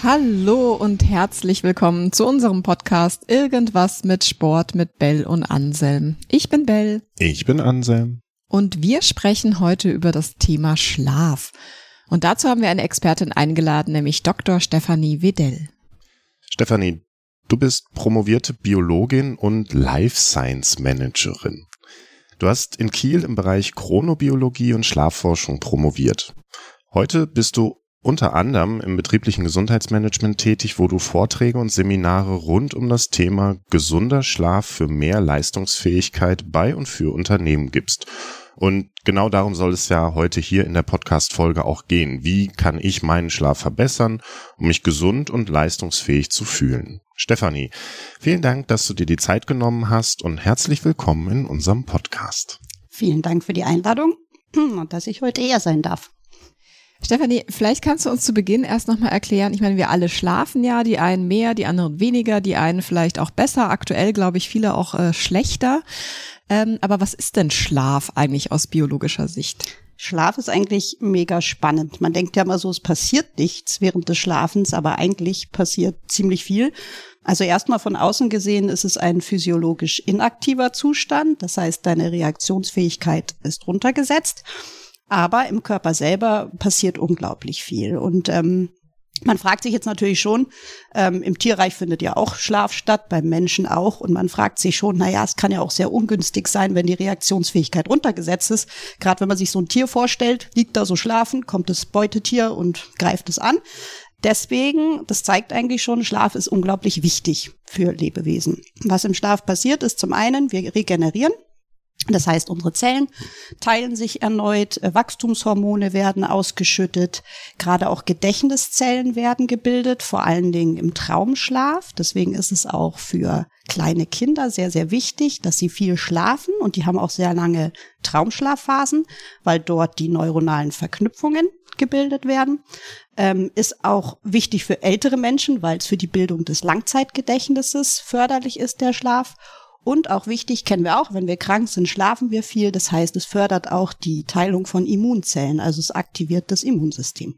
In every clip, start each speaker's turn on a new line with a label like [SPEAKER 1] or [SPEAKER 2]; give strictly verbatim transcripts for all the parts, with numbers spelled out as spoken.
[SPEAKER 1] Hallo und herzlich willkommen zu unserem Podcast Irgendwas mit Sport mit Bell und Anselm. Ich bin Bell.
[SPEAKER 2] Ich bin Anselm.
[SPEAKER 1] Und wir sprechen heute über das Thema Schlaf. Und dazu haben wir eine Expertin eingeladen, nämlich Doktor Stefanie Wedell.
[SPEAKER 2] Stefanie, du bist promovierte Biologin und Life Science Managerin. Du hast in Kiel im Bereich Chronobiologie und Schlafforschung promoviert. Heute bist du unter anderem im betrieblichen Gesundheitsmanagement tätig, wo du Vorträge und Seminare rund um das Thema gesunder Schlaf für mehr Leistungsfähigkeit bei und für Unternehmen gibst. Und genau darum soll es ja heute hier in der Podcast-Folge auch gehen. Wie kann ich meinen Schlaf verbessern, um mich gesund und leistungsfähig zu fühlen? Stefanie, vielen Dank, dass du dir die Zeit genommen hast und herzlich willkommen in unserem Podcast.
[SPEAKER 3] Vielen Dank für die Einladung und dass ich heute hier sein darf.
[SPEAKER 1] Stefanie, vielleicht kannst du uns zu Beginn erst nochmal erklären, ich meine, wir alle schlafen ja, die einen mehr, die anderen weniger, die einen vielleicht auch besser, aktuell glaube ich viele auch äh, schlechter. Ähm, aber was ist denn Schlaf eigentlich aus biologischer Sicht?
[SPEAKER 3] Schlaf ist eigentlich mega spannend. Man denkt ja immer so, es passiert nichts während des Schlafens, aber eigentlich passiert ziemlich viel. Also erstmal von außen gesehen ist es ein physiologisch inaktiver Zustand, das heißt, deine Reaktionsfähigkeit ist runtergesetzt. Aber im Körper selber passiert unglaublich viel. Und ähm, man fragt sich jetzt natürlich schon, ähm, im Tierreich findet ja auch Schlaf statt, beim Menschen auch. Und man fragt sich schon, naja, es kann ja auch sehr ungünstig sein, wenn die Reaktionsfähigkeit runtergesetzt ist. Gerade wenn man sich so ein Tier vorstellt, liegt da so schlafen, kommt das Beutetier und greift es an. Deswegen, das zeigt eigentlich schon, Schlaf ist unglaublich wichtig für Lebewesen. Was im Schlaf passiert, ist zum einen, wir regenerieren. Das heißt, unsere Zellen teilen sich erneut, Wachstumshormone werden ausgeschüttet, gerade auch Gedächtniszellen werden gebildet, vor allen Dingen im Traumschlaf. Deswegen ist es auch für kleine Kinder sehr, sehr wichtig, dass sie viel schlafen und die haben auch sehr lange Traumschlafphasen, weil dort die neuronalen Verknüpfungen gebildet werden. Ähm, ist auch wichtig für ältere Menschen, weil es für die Bildung des Langzeitgedächtnisses förderlich ist, der Schlaf. Und auch wichtig, kennen wir auch, wenn wir krank sind, schlafen wir viel. Das heißt, es fördert auch die Teilung von Immunzellen, also es aktiviert das Immunsystem.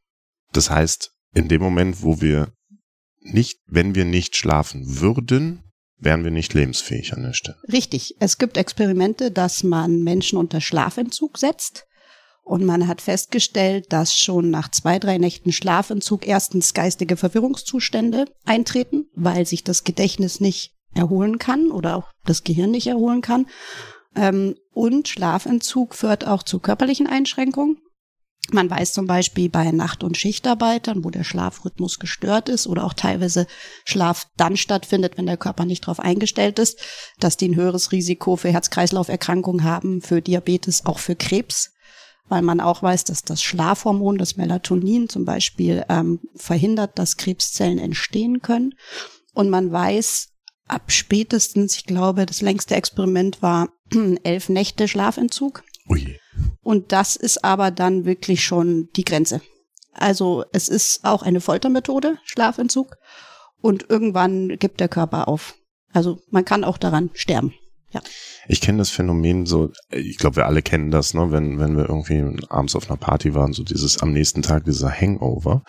[SPEAKER 2] Das heißt, in dem Moment, wo wir nicht, wenn wir nicht schlafen würden, wären wir nicht lebensfähig an der Stelle.
[SPEAKER 3] Richtig. Es gibt Experimente, dass man Menschen unter Schlafentzug setzt. Und man hat festgestellt, dass schon nach zwei, drei Nächten Schlafentzug erstens geistige Verwirrungszustände eintreten, weil sich das Gedächtnis nicht erholen kann oder auch das Gehirn nicht erholen kann. Ähm, und Schlafentzug führt auch zu körperlichen Einschränkungen. Man weiß zum Beispiel bei Nacht- und Schichtarbeitern, wo der Schlafrhythmus gestört ist oder auch teilweise Schlaf dann stattfindet, wenn der Körper nicht darauf eingestellt ist, dass die ein höheres Risiko für Herz-Kreislauf-Erkrankungen haben, für Diabetes, auch für Krebs. Weil man auch weiß, dass das Schlafhormon, das Melatonin zum Beispiel, ähm, verhindert, dass Krebszellen entstehen können. Und man weiß, ab spätestens, ich glaube, das längste Experiment war elf Nächte Schlafentzug.
[SPEAKER 2] Ui.
[SPEAKER 3] Und das ist aber dann wirklich schon die Grenze. Also es ist auch eine Foltermethode, Schlafentzug. Und irgendwann gibt der Körper auf. Also man kann auch daran sterben. Ja.
[SPEAKER 2] Ich kenne das Phänomen so, ich glaube, wir alle kennen das, ne, wenn, wenn wir irgendwie abends auf einer Party waren, so dieses am nächsten Tag, dieser Hangover.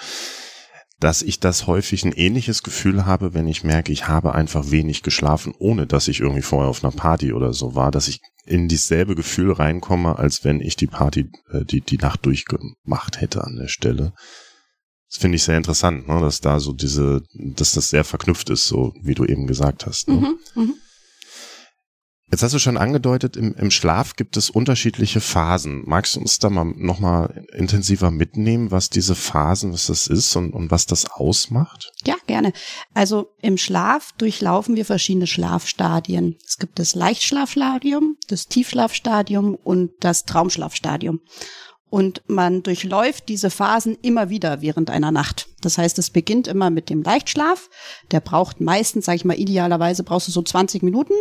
[SPEAKER 2] Dass ich das häufig ein ähnliches Gefühl habe, wenn ich merke, ich habe einfach wenig geschlafen, ohne dass ich irgendwie vorher auf einer Party oder so war, dass ich in dieselbe Gefühl reinkomme, als wenn ich die Party, äh, die, die Nacht durchgemacht hätte an der Stelle. Das finde ich sehr interessant, ne, dass da so diese, dass das sehr verknüpft ist, so wie du eben gesagt hast. Ne?
[SPEAKER 3] Mhm, mh.
[SPEAKER 2] Jetzt hast du schon angedeutet, im, im Schlaf gibt es unterschiedliche Phasen. Magst du uns da mal nochmal intensiver mitnehmen, was diese Phasen, was das ist und, und was das ausmacht?
[SPEAKER 3] Ja, gerne. Also im Schlaf durchlaufen wir verschiedene Schlafstadien. Es gibt das Leichtschlafstadium, das Tiefschlafstadium und das Traumschlafstadium. Und man durchläuft diese Phasen immer wieder während einer Nacht. Das heißt, es beginnt immer mit dem Leichtschlaf. Der braucht meistens, sage ich mal, idealerweise brauchst du so zwanzig Minuten.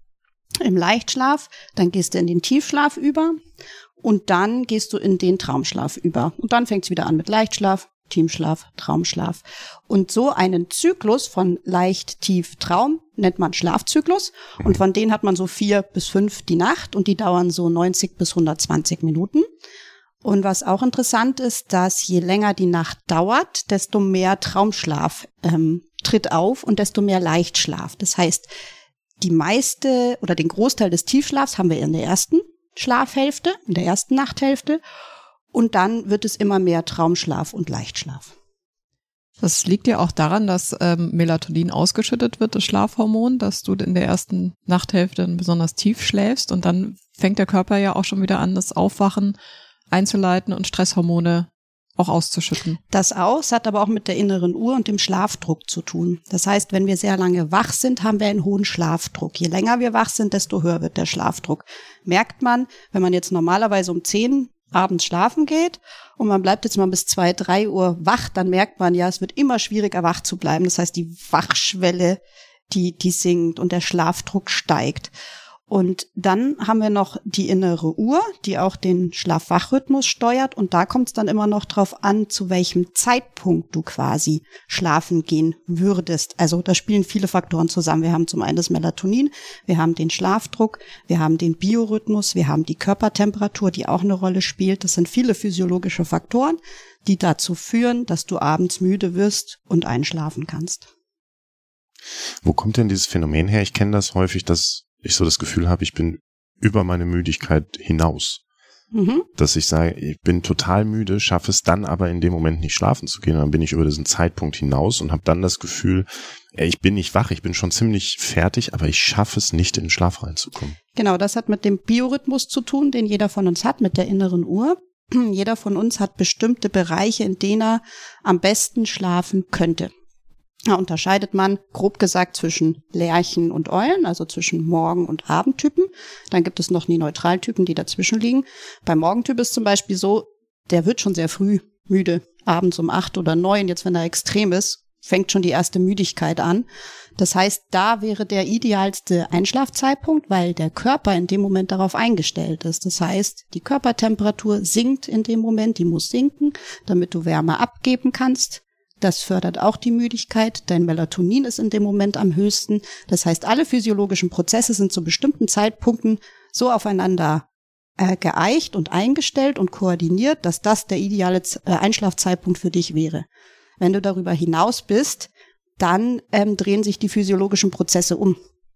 [SPEAKER 3] Im Leichtschlaf, dann gehst du in den Tiefschlaf über und dann gehst du in den Traumschlaf über. Und dann fängt es wieder an mit Leichtschlaf, Tiefschlaf, Traumschlaf. Und so einen Zyklus von Leicht, Tief, Traum nennt man Schlafzyklus. Und von denen hat man so vier bis fünf die Nacht und die dauern so neunzig bis hundertzwanzig Minuten. Und was auch interessant ist, dass je länger die Nacht dauert, desto mehr Traumschlaf ähm, tritt auf und desto mehr Leichtschlaf. Das heißt, die meiste oder den Großteil des Tiefschlafs haben wir in der ersten Schlafhälfte, in der ersten Nachthälfte. Und dann wird es immer mehr Traumschlaf und Leichtschlaf.
[SPEAKER 1] Das liegt ja auch daran, dass ähm, Melatonin ausgeschüttet wird, das Schlafhormon, dass du in der ersten Nachthälfte besonders tief schläfst und dann fängt der Körper ja auch schon wieder an, das Aufwachen einzuleiten und Stresshormone auch auszuschütten.
[SPEAKER 3] Das auch, es hat aber auch mit der inneren Uhr und dem Schlafdruck zu tun. Das heißt, wenn wir sehr lange wach sind, haben wir einen hohen Schlafdruck. Je länger wir wach sind, desto höher wird der Schlafdruck. Merkt man, wenn man jetzt normalerweise um zehn abends schlafen geht und man bleibt jetzt mal bis zwei, drei Uhr wach, dann merkt man ja, es wird immer schwieriger wach zu bleiben. Das heißt, die Wachschwelle, die, die sinkt und der Schlafdruck steigt. Und dann haben wir noch die innere Uhr, die auch den Schlaf-Wach-Rhythmus steuert. Und da kommt es dann immer noch drauf an, zu welchem Zeitpunkt du quasi schlafen gehen würdest. Also da spielen viele Faktoren zusammen. Wir haben zum einen das Melatonin, wir haben den Schlafdruck, wir haben den Biorhythmus, wir haben die Körpertemperatur, die auch eine Rolle spielt. Das sind viele physiologische Faktoren, die dazu führen, dass du abends müde wirst und einschlafen kannst.
[SPEAKER 2] Wo kommt denn dieses Phänomen her? Ich kenne das häufig, dass ich so das Gefühl habe, ich bin über meine Müdigkeit hinaus. Mhm. Dass ich sage, ich bin total müde, schaffe es dann aber in dem Moment nicht schlafen zu gehen. Und dann bin ich über diesen Zeitpunkt hinaus und habe dann das Gefühl, ey, ich bin nicht wach, ich bin schon ziemlich fertig, aber ich schaffe es nicht, in den Schlaf reinzukommen.
[SPEAKER 3] Genau, das hat mit dem Biorhythmus zu tun, den jeder von uns hat, mit der inneren Uhr. Jeder von uns hat bestimmte Bereiche, in denen er am besten schlafen könnte. Da unterscheidet man, grob gesagt, zwischen Lerchen und Eulen, also zwischen Morgen- und Abendtypen. Dann gibt es noch die Neutraltypen, die dazwischen liegen. Beim Morgentyp ist zum Beispiel so, der wird schon sehr früh müde, abends um acht oder neun. Jetzt, wenn er extrem ist, fängt schon die erste Müdigkeit an. Das heißt, da wäre der idealste Einschlafzeitpunkt, weil der Körper in dem Moment darauf eingestellt ist. Das heißt, die Körpertemperatur sinkt in dem Moment, die muss sinken, damit du Wärme abgeben kannst. Das fördert auch die Müdigkeit. Dein Melatonin ist in dem Moment am höchsten. Das heißt, alle physiologischen Prozesse sind zu bestimmten Zeitpunkten so aufeinander äh, geeicht und eingestellt und koordiniert, dass das der ideale äh, Einschlafzeitpunkt für dich wäre. Wenn du darüber hinaus bist, dann ähm, drehen sich die physiologischen Prozesse um.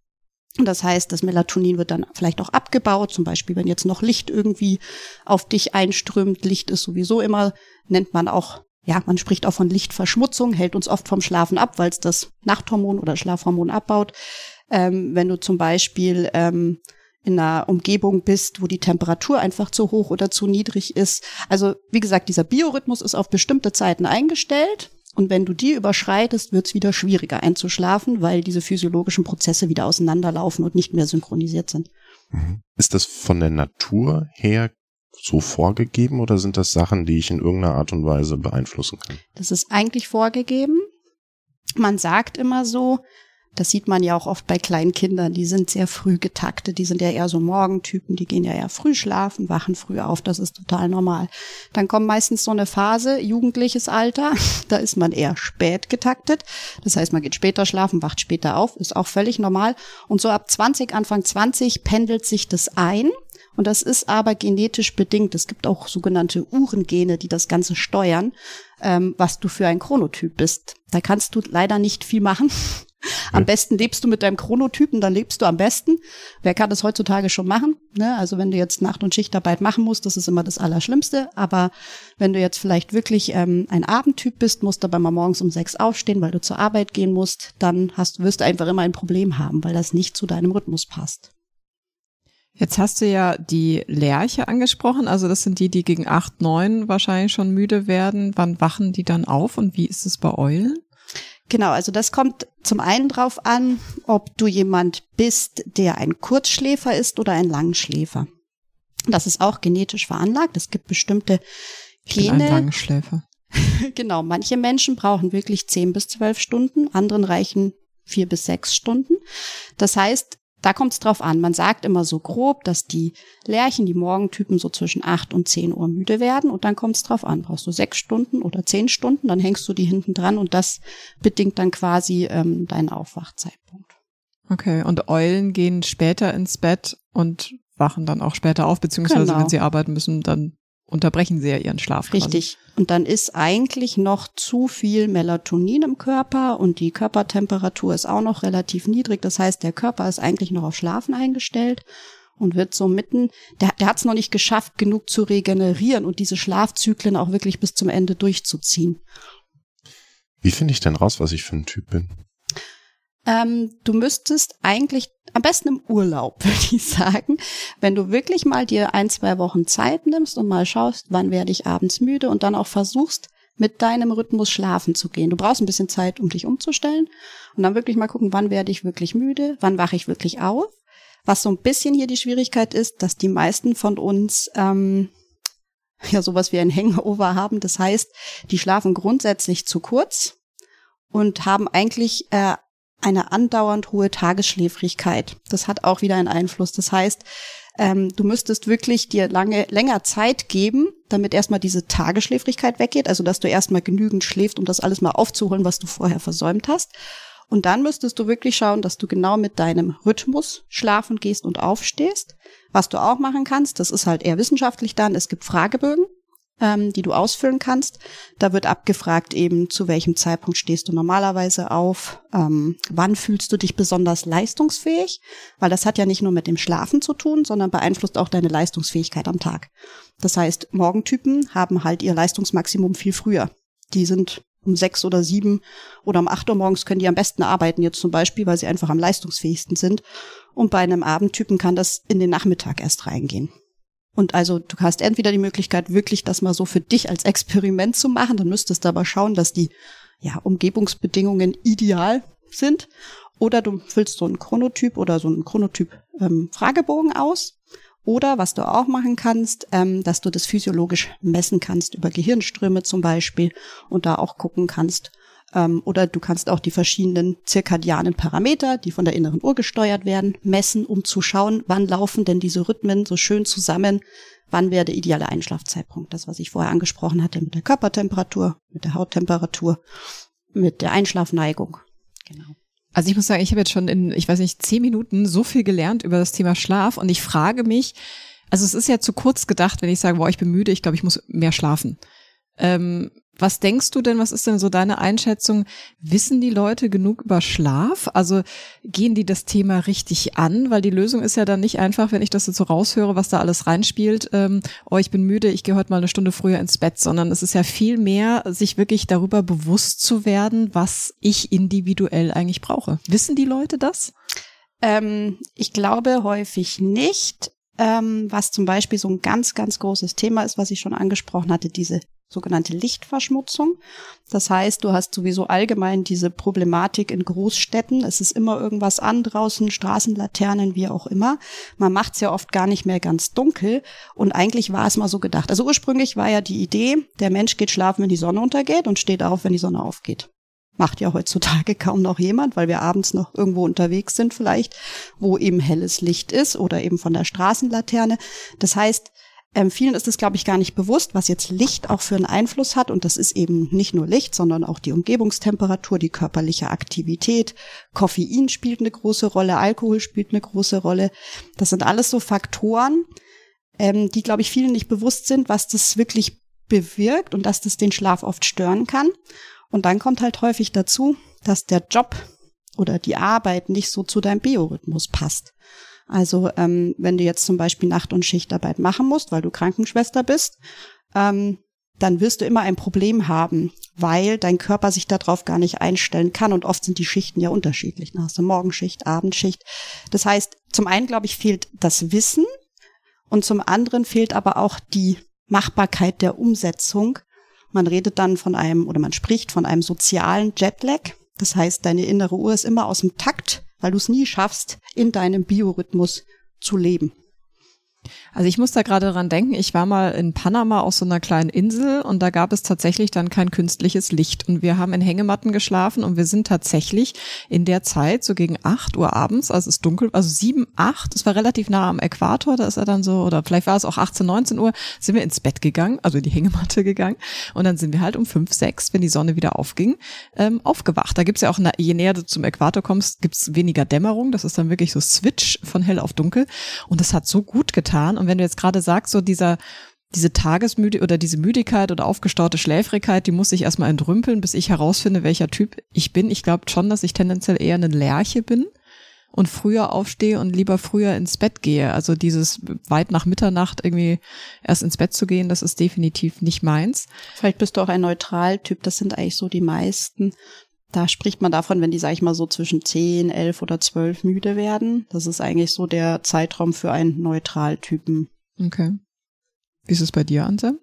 [SPEAKER 3] Und das heißt, das Melatonin wird dann vielleicht auch abgebaut, zum Beispiel, wenn jetzt noch Licht irgendwie auf dich einströmt. Licht ist sowieso immer, nennt man auch, ja, man spricht auch von Lichtverschmutzung, hält uns oft vom Schlafen ab, weil es das Nachthormon oder Schlafhormon abbaut. Ähm, wenn du zum Beispiel ähm, in einer Umgebung bist, wo die Temperatur einfach zu hoch oder zu niedrig ist. Also wie gesagt, dieser Biorhythmus ist auf bestimmte Zeiten eingestellt. Und wenn du die überschreitest, wird es wieder schwieriger einzuschlafen, weil diese physiologischen Prozesse wieder auseinanderlaufen und nicht mehr synchronisiert sind.
[SPEAKER 2] Ist das von der Natur her so vorgegeben oder sind das Sachen, die ich in irgendeiner Art und Weise beeinflussen kann?
[SPEAKER 3] Das ist eigentlich vorgegeben. Man sagt immer so, das sieht man ja auch oft bei kleinen Kindern, die sind sehr früh getaktet, die sind ja eher so Morgentypen, die gehen ja eher früh schlafen, wachen früh auf, das ist total normal. Dann kommt meistens so eine Phase, jugendliches Alter, da ist man eher spät getaktet, das heißt, man geht später schlafen, wacht später auf, ist auch völlig normal. Und so ab zwanzig, Anfang zwanzig pendelt sich das ein. Und das ist aber genetisch bedingt. Es gibt auch sogenannte Uhrengene, die das Ganze steuern, ähm, was du für ein Chronotyp bist. Da kannst du leider nicht viel machen. Am besten lebst du mit deinem Chronotypen, dann lebst du am besten. Wer kann das heutzutage schon machen? Ne? Also wenn du jetzt Nacht- und Schichtarbeit machen musst, das ist immer das Allerschlimmste. Aber wenn du jetzt vielleicht wirklich ähm, ein Abendtyp bist, musst du aber mal morgens um sechs aufstehen, weil du zur Arbeit gehen musst, dann hast, wirst du einfach immer ein Problem haben, weil das nicht zu deinem Rhythmus passt.
[SPEAKER 1] Jetzt hast du ja die Lerche angesprochen, also das sind die, die gegen acht, neun wahrscheinlich schon müde werden. Wann wachen die dann auf und wie ist es bei Eulen?
[SPEAKER 3] Genau, also das kommt zum einen drauf an, ob du jemand bist, der ein Kurzschläfer ist oder ein Langschläfer. Das ist auch genetisch veranlagt. Es gibt bestimmte Gene.
[SPEAKER 1] Ich bin ein Langschläfer.
[SPEAKER 3] Genau, manche Menschen brauchen wirklich zehn bis zwölf Stunden, anderen reichen vier bis sechs Stunden. Das heißt, da kommt es drauf an. Man sagt immer so grob, dass die Lerchen, die Morgentypen so zwischen acht und zehn Uhr müde werden und dann kommt es drauf an. Brauchst du sechs Stunden oder zehn Stunden, dann hängst du die hinten dran und das bedingt dann quasi ähm, deinen Aufwachzeitpunkt.
[SPEAKER 1] Okay, und Eulen gehen später ins Bett und wachen dann auch später auf, beziehungsweise
[SPEAKER 3] genau.
[SPEAKER 1] wenn sie arbeiten müssen, dann unterbrechen sie ja ihren Schlaf.
[SPEAKER 3] Richtig. Quasi. Und dann ist eigentlich noch zu viel Melatonin im Körper und die Körpertemperatur ist auch noch relativ niedrig. Das heißt, der Körper ist eigentlich noch auf Schlafen eingestellt und wird so mitten, der, der hat es noch nicht geschafft, genug zu regenerieren und diese Schlafzyklen auch wirklich bis zum Ende durchzuziehen.
[SPEAKER 2] Wie finde ich denn raus, was ich für ein Typ bin?
[SPEAKER 3] Ähm, du müsstest eigentlich, am besten im Urlaub, würde ich sagen, wenn du wirklich mal dir ein, zwei Wochen Zeit nimmst und mal schaust, wann werde ich abends müde und dann auch versuchst, mit deinem Rhythmus schlafen zu gehen. Du brauchst ein bisschen Zeit, um dich umzustellen und dann wirklich mal gucken, wann werde ich wirklich müde, wann wache ich wirklich auf. Was so ein bisschen hier die Schwierigkeit ist, dass die meisten von uns ähm, ja sowas wie ein Hangover haben. Das heißt, die schlafen grundsätzlich zu kurz und haben eigentlich äh, eine andauernd hohe Tagesschläfrigkeit. Das hat auch wieder einen Einfluss. Das heißt, ähm, du müsstest wirklich dir lange länger Zeit geben, damit erstmal diese Tagesschläfrigkeit weggeht, also dass du erstmal genügend schläfst, um das alles mal aufzuholen, was du vorher versäumt hast. Und dann müsstest du wirklich schauen, dass du genau mit deinem Rhythmus schlafen gehst und aufstehst. Was du auch machen kannst, das ist halt eher wissenschaftlich dann, es gibt Fragebögen, ähm, die du ausfüllen kannst. Da wird abgefragt eben, zu welchem Zeitpunkt stehst du normalerweise auf, ähm, wann fühlst du dich besonders leistungsfähig, weil das hat ja nicht nur mit dem Schlafen zu tun, sondern beeinflusst auch deine Leistungsfähigkeit am Tag. Das heißt, Morgentypen haben halt ihr Leistungsmaximum viel früher. Die sind um sechs oder sieben oder um acht Uhr morgens können die am besten arbeiten jetzt zum Beispiel, weil sie einfach am leistungsfähigsten sind. Und bei einem Abendtypen kann das in den Nachmittag erst reingehen. Und also du hast entweder die Möglichkeit, wirklich das mal so für dich als Experiment zu machen, dann müsstest du aber schauen, dass die ja, Umgebungsbedingungen ideal sind. Oder du füllst so einen Chronotyp oder so einen Chronotyp-Fragebogen ähm, aus. Oder was du auch machen kannst, ähm, dass du das physiologisch messen kannst, über Gehirnströme zum Beispiel, und da auch gucken kannst. Ähm, oder du kannst auch die verschiedenen zirkadianen Parameter, die von der inneren Uhr gesteuert werden, messen, um zu schauen, wann laufen denn diese Rhythmen so schön zusammen, wann wäre der ideale Einschlafzeitpunkt. Das, was ich vorher angesprochen hatte mit der Körpertemperatur, mit der Hauttemperatur, mit der Einschlafneigung. Genau.
[SPEAKER 1] Also ich muss sagen, ich habe jetzt schon in, ich weiß nicht, zehn Minuten so viel gelernt über das Thema Schlaf und ich frage mich, also es ist ja zu kurz gedacht, wenn ich sage, boah, ich bin müde, ich glaube, ich muss mehr schlafen. Ähm, was denkst du denn, was ist denn so deine Einschätzung? Wissen die Leute genug über Schlaf? Also gehen die das Thema richtig an? Weil die Lösung ist ja dann nicht einfach, wenn ich das jetzt so raushöre, was da alles reinspielt, ähm, oh, ich bin müde, ich gehe heute mal eine Stunde früher ins Bett, sondern es ist ja viel mehr, sich wirklich darüber bewusst zu werden, was ich individuell eigentlich brauche. Wissen die Leute das?
[SPEAKER 3] Ähm, ich glaube häufig nicht. Ähm, was zum Beispiel so ein ganz, ganz großes Thema ist, was ich schon angesprochen hatte, diese sogenannte Lichtverschmutzung. Das heißt, du hast sowieso allgemein diese Problematik in Großstädten. Es ist immer irgendwas an draußen, Straßenlaternen, wie auch immer. Man macht es ja oft gar nicht mehr ganz dunkel. Und eigentlich war es mal so gedacht. Also ursprünglich war ja die Idee, der Mensch geht schlafen, wenn die Sonne untergeht und steht auf, wenn die Sonne aufgeht. Macht ja heutzutage kaum noch jemand, weil wir abends noch irgendwo unterwegs sind vielleicht, wo eben helles Licht ist oder eben von der Straßenlaterne. Das heißt, Ähm, vielen ist es, glaube ich, gar nicht bewusst, was jetzt Licht auch für einen Einfluss hat. Und das ist eben nicht nur Licht, sondern auch die Umgebungstemperatur, die körperliche Aktivität. Koffein spielt eine große Rolle, Alkohol spielt eine große Rolle. Das sind alles so Faktoren, ähm, die, glaube ich, vielen nicht bewusst sind, was das wirklich bewirkt und dass das den Schlaf oft stören kann. Und dann kommt halt häufig dazu, dass der Job oder die Arbeit nicht so zu deinem Biorhythmus passt. Also ähm, wenn du jetzt zum Beispiel Nacht- und Schichtarbeit machen musst, weil du Krankenschwester bist, ähm, dann wirst du immer ein Problem haben, weil dein Körper sich darauf gar nicht einstellen kann. Und oft sind die Schichten ja unterschiedlich. Dann hast du Morgenschicht, Abendschicht. Das heißt, zum einen, glaube ich, fehlt das Wissen und zum anderen fehlt aber auch die Machbarkeit der Umsetzung. Man redet dann von einem oder man spricht von einem sozialen Jetlag. Das heißt, deine innere Uhr ist immer aus dem Takt, weil du es nie schaffst, in deinem Biorhythmus zu leben.
[SPEAKER 1] Also ich muss da gerade dran denken, ich war mal in Panama auf so einer kleinen Insel und da gab es tatsächlich dann kein künstliches Licht und wir haben in Hängematten geschlafen und wir sind tatsächlich in der Zeit so gegen acht Uhr abends, also es ist dunkel, also sieben, acht, es war relativ nah am Äquator, da ist er dann so, oder vielleicht war es auch achtzehn, neunzehn Uhr, sind wir ins Bett gegangen, also in die Hängematte gegangen und dann sind wir halt um fünf, sechs, wenn die Sonne wieder aufging, ähm, aufgewacht. Da gibt's ja auch, eine, je näher du zum Äquator kommst, gibt's weniger Dämmerung, das ist dann wirklich so Switch von hell auf dunkel und das hat so gut getan. Und wenn du jetzt gerade sagst, so dieser diese Tagesmüde oder diese Müdigkeit oder aufgestaute Schläfrigkeit, die muss ich erstmal entrümpeln, bis ich herausfinde, welcher Typ ich bin. Ich glaube schon, dass ich tendenziell eher eine Lerche bin und früher aufstehe und lieber früher ins Bett gehe. Also dieses weit nach Mitternacht irgendwie erst ins Bett zu gehen, das ist definitiv nicht meins.
[SPEAKER 3] Vielleicht bist du auch ein Neutraltyp, das sind eigentlich so die meisten. Da spricht man davon, wenn die, sag ich mal, so zwischen zehn, elf oder zwölf müde werden. Das ist eigentlich so der Zeitraum für einen Neutraltypen.
[SPEAKER 1] Okay. Wie ist es bei dir, Anselm?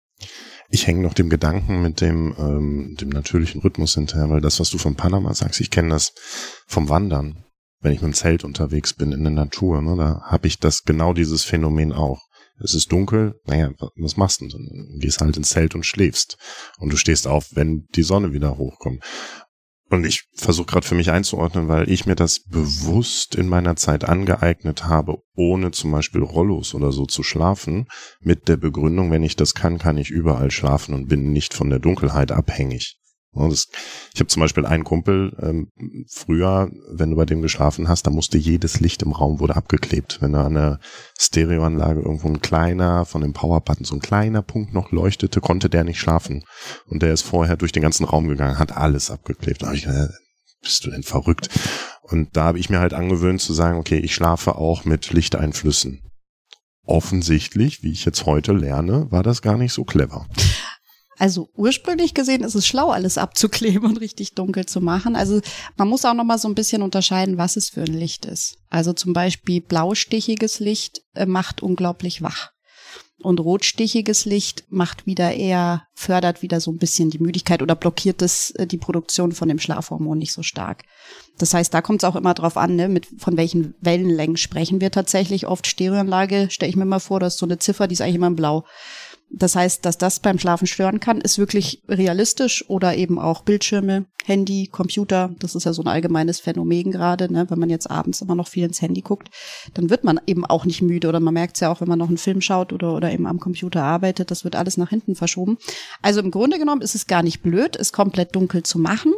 [SPEAKER 2] Ich hänge noch dem Gedanken mit dem, ähm, dem natürlichen Rhythmus hinterher, weil das, was du von Panama sagst, ich kenne das vom Wandern. Wenn ich mit dem Zelt unterwegs bin in der Natur, ne, da habe ich das genau dieses Phänomen auch. Es ist dunkel, naja, was machst du denn? Du gehst halt ins Zelt und schläfst. Und du stehst auf, wenn die Sonne wieder hochkommt. Und ich versuche gerade für mich einzuordnen, weil ich mir das bewusst in meiner Zeit angeeignet habe, ohne zum Beispiel Rollos oder so zu schlafen, mit der Begründung, wenn ich das kann, kann ich überall schlafen und bin nicht von der Dunkelheit abhängig. Das, ich habe zum Beispiel einen Kumpel, ähm, früher, wenn du bei dem geschlafen hast, da musste jedes Licht im Raum wurde abgeklebt. Wenn da an der Stereoanlage irgendwo ein kleiner, von dem Powerbutton so ein kleiner Punkt noch leuchtete, konnte der nicht schlafen. Und der ist vorher durch den ganzen Raum gegangen, hat alles abgeklebt. Da hab ich gedacht, bist du denn verrückt? Und da habe ich mir halt angewöhnt zu sagen, okay, ich schlafe auch mit Lichteinflüssen. Offensichtlich, wie ich jetzt heute lerne, war das gar nicht so clever.
[SPEAKER 3] Also ursprünglich gesehen ist es schlau, alles abzukleben und richtig dunkel zu machen. Also man muss auch noch mal so ein bisschen unterscheiden, was es für ein Licht ist. Also zum Beispiel blaustichiges Licht äh, macht unglaublich wach. Und rotstichiges Licht macht wieder eher, fördert wieder so ein bisschen die Müdigkeit oder blockiert das, äh, die Produktion von dem Schlafhormon nicht so stark. Das heißt, da kommt es auch immer drauf an, ne, mit von welchen Wellenlängen sprechen wir tatsächlich. Oft Stereoanlage, stelle ich mir mal vor, das ist so eine Ziffer, die ist eigentlich immer in Blau. Das heißt, dass das beim Schlafen stören kann, ist wirklich realistisch oder eben auch Bildschirme, Handy, Computer. Das ist ja so ein allgemeines Phänomen gerade, ne? Wenn man jetzt abends immer noch viel ins Handy guckt, dann wird man eben auch nicht müde oder man merkt es ja auch, wenn man noch einen Film schaut oder, oder eben am Computer arbeitet, das wird alles nach hinten verschoben. Also im Grunde genommen ist es gar nicht blöd, es komplett dunkel zu machen.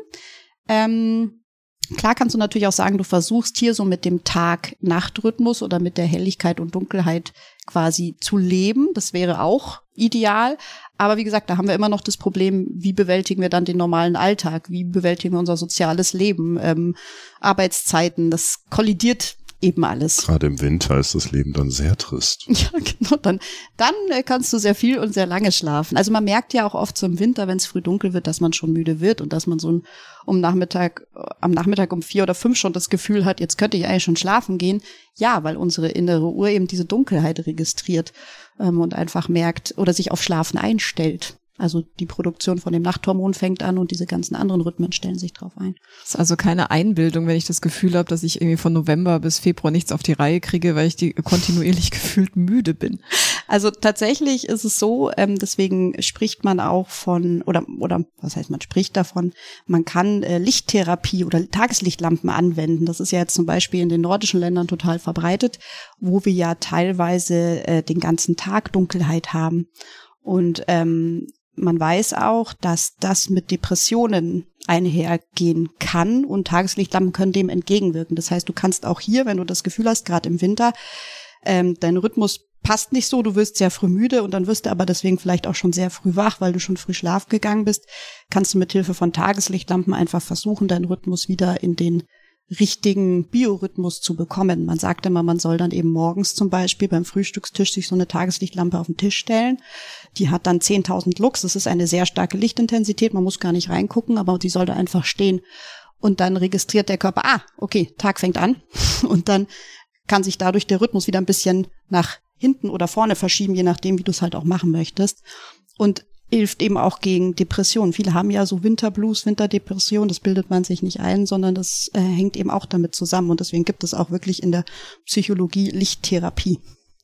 [SPEAKER 3] Ähm, Klar kannst du natürlich auch sagen, du versuchst hier so mit dem Tag-Nacht-Rhythmus oder mit der Helligkeit und Dunkelheit quasi zu leben. Das wäre auch ideal. Aber wie gesagt, da haben wir immer noch das Problem, wie bewältigen wir dann den normalen Alltag? Wie bewältigen wir unser soziales Leben? Ähm, Arbeitszeiten, das kollidiert eben alles.
[SPEAKER 2] Gerade im Winter ist das Leben dann sehr trist.
[SPEAKER 3] Ja, genau. Dann, dann kannst du sehr viel und sehr lange schlafen. Also man merkt ja auch oft so im Winter, wenn es früh dunkel wird, dass man schon müde wird und dass man so ein, um Nachmittag, am Nachmittag um vier oder fünf schon das Gefühl hat, jetzt könnte ich eigentlich schon schlafen gehen. Ja, weil unsere innere Uhr eben diese Dunkelheit registriert ähm, und einfach merkt oder sich auf Schlafen einstellt. Also die Produktion von dem Nachthormon fängt an und diese ganzen anderen Rhythmen stellen sich drauf ein.
[SPEAKER 1] Das ist also keine Einbildung, wenn ich das Gefühl habe, dass ich irgendwie von November bis Februar nichts auf die Reihe kriege, weil ich die kontinuierlich gefühlt müde bin.
[SPEAKER 3] Also tatsächlich ist es so, ähm, deswegen spricht man auch von, oder oder was heißt man spricht davon, man kann äh, Lichttherapie oder Tageslichtlampen anwenden. Das ist ja jetzt zum Beispiel in den nordischen Ländern total verbreitet, wo wir ja teilweise äh, den ganzen Tag Dunkelheit haben. Und ähm, man weiß auch, dass das mit Depressionen einhergehen kann und Tageslichtlampen können dem entgegenwirken. Das heißt, du kannst auch hier, wenn du das Gefühl hast, gerade im Winter, ähm, dein Rhythmus passt nicht so, du wirst sehr früh müde und dann wirst du aber deswegen vielleicht auch schon sehr früh wach, weil du schon früh schlafen gegangen bist, kannst du mit Hilfe von Tageslichtlampen einfach versuchen, deinen Rhythmus wieder in den richtigen Biorhythmus zu bekommen. Man sagt immer, man soll dann eben morgens zum Beispiel beim Frühstückstisch sich so eine Tageslichtlampe auf den Tisch stellen. Die hat dann zehntausend Lux. Das ist eine sehr starke Lichtintensität. Man muss gar nicht reingucken, aber die soll da einfach stehen. Und dann registriert der Körper, ah, okay, Tag fängt an. Und dann kann sich dadurch der Rhythmus wieder ein bisschen nach hinten oder vorne verschieben, je nachdem, wie du es halt auch machen möchtest. Und hilft eben auch gegen Depressionen. Viele haben ja so Winterblues, Winterdepression, das bildet man sich nicht ein, sondern das äh, hängt eben auch damit zusammen. Und deswegen gibt es auch wirklich in der Psychologie Lichttherapie.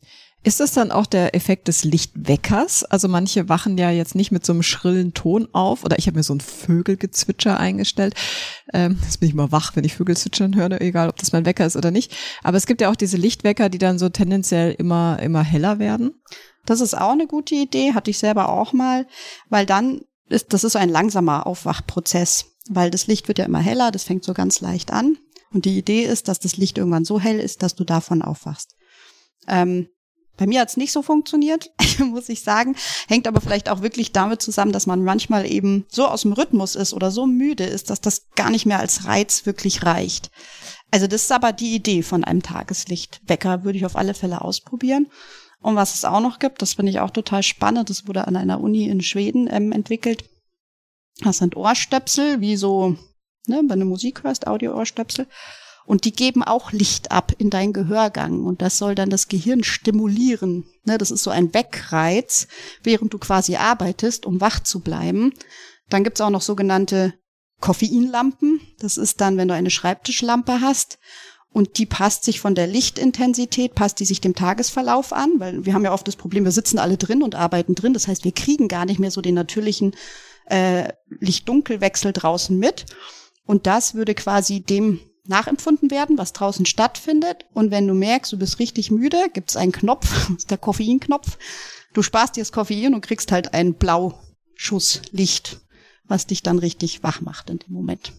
[SPEAKER 1] Ist das dann auch der Effekt des Lichtweckers? Also manche wachen ja jetzt nicht mit so einem schrillen Ton auf oder ich habe mir so ein Vögelgezwitscher eingestellt. Ähm, jetzt bin ich mal wach, wenn ich Vögel zwitschern höre, egal ob das mein Wecker ist oder nicht. Aber es gibt ja auch diese Lichtwecker, die dann so tendenziell immer immer heller werden.
[SPEAKER 3] Das ist auch eine gute Idee, hatte ich selber auch mal, weil dann ist, das ist so ein langsamer Aufwachprozess, weil das Licht wird ja immer heller, das fängt so ganz leicht an und die Idee ist, dass das Licht irgendwann so hell ist, dass du davon aufwachst. Ähm, Bei mir hat es nicht so funktioniert, muss ich sagen. Hängt aber vielleicht auch wirklich damit zusammen, dass man manchmal eben so aus dem Rhythmus ist oder so müde ist, dass das gar nicht mehr als Reiz wirklich reicht. Also das ist aber die Idee von einem Tageslichtwecker, würde ich auf alle Fälle ausprobieren. Und was es auch noch gibt, das finde ich auch total spannend, das wurde an einer Uni in Schweden ähm, entwickelt. Das sind Ohrstöpsel, wie so, ne, wenn du Musik hörst, Audio-Ohrstöpsel. Und die geben auch Licht ab in deinen Gehörgang. Und das soll dann das Gehirn stimulieren. Ne, das ist so ein Weckreiz, während du quasi arbeitest, um wach zu bleiben. Dann gibt's auch noch sogenannte Koffeinlampen. Das ist dann, wenn du eine Schreibtischlampe hast. Und die passt sich von der Lichtintensität, passt die sich dem Tagesverlauf an. Weil wir haben ja oft das Problem, wir sitzen alle drin und arbeiten drin. Das heißt, wir kriegen gar nicht mehr so den natürlichen äh, Licht-Dunkel-Wechsel draußen mit. Und das würde quasi dem nachempfunden werden, was draußen stattfindet. Und wenn du merkst, du bist richtig müde, gibt es einen Knopf, das ist der Koffeinknopf. Du sparst dir das Koffein und kriegst halt ein Blauschusslicht, was dich dann richtig wach macht in dem Moment.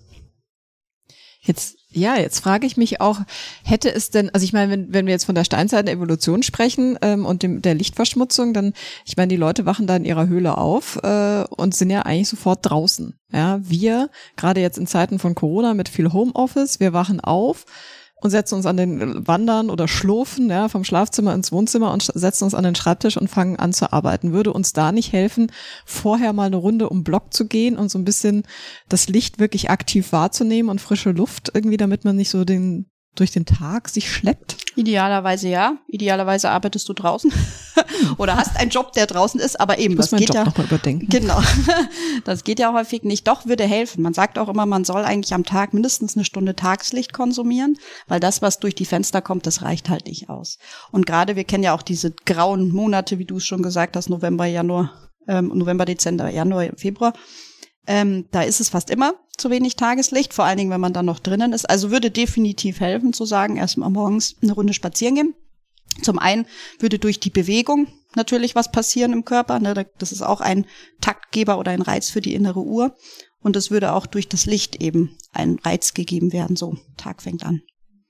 [SPEAKER 1] Jetzt, ja, jetzt frage ich mich auch, hätte es denn, also ich meine, wenn, wenn wir jetzt von der Steinzeit der Evolution sprechen ähm, und dem, der Lichtverschmutzung, dann, ich meine, die Leute wachen da in ihrer Höhle auf äh, und sind ja eigentlich sofort draußen. Ja, wir, gerade jetzt in Zeiten von Corona mit viel Homeoffice, wir wachen auf und setzen uns an den Wandern oder Schlurfen, ja, vom Schlafzimmer ins Wohnzimmer und setzen uns an den Schreibtisch und fangen an zu arbeiten. Würde uns da nicht helfen, vorher mal eine Runde um den Block zu gehen und so ein bisschen das Licht wirklich aktiv wahrzunehmen und frische Luft irgendwie, damit man nicht so den durch den Tag sich schleppt?
[SPEAKER 3] Idealerweise ja. Idealerweise arbeitest du draußen oder hast einen Job, der draußen ist, aber eben,
[SPEAKER 1] ich muss
[SPEAKER 3] das geht
[SPEAKER 1] Job
[SPEAKER 3] ja
[SPEAKER 1] noch mal überdenken.
[SPEAKER 3] Genau. Das geht ja häufig nicht. Doch, würde helfen. Man sagt auch immer, man soll eigentlich am Tag mindestens eine Stunde Tageslicht konsumieren, weil das, was durch die Fenster kommt, das reicht halt nicht aus. Und gerade, wir kennen ja auch diese grauen Monate, wie du es schon gesagt hast, November, Januar, ähm, November, Dezember, Januar, Februar. Ähm, da ist es fast immer zu wenig Tageslicht, vor allen Dingen, wenn man dann noch drinnen ist. Also würde definitiv helfen zu sagen, erst mal morgens eine Runde spazieren gehen. Zum einen würde durch die Bewegung natürlich was passieren im Körper. Ne? Das ist auch ein Taktgeber oder ein Reiz für die innere Uhr. Und es würde auch durch das Licht eben ein Reiz gegeben werden. So, Tag fängt an.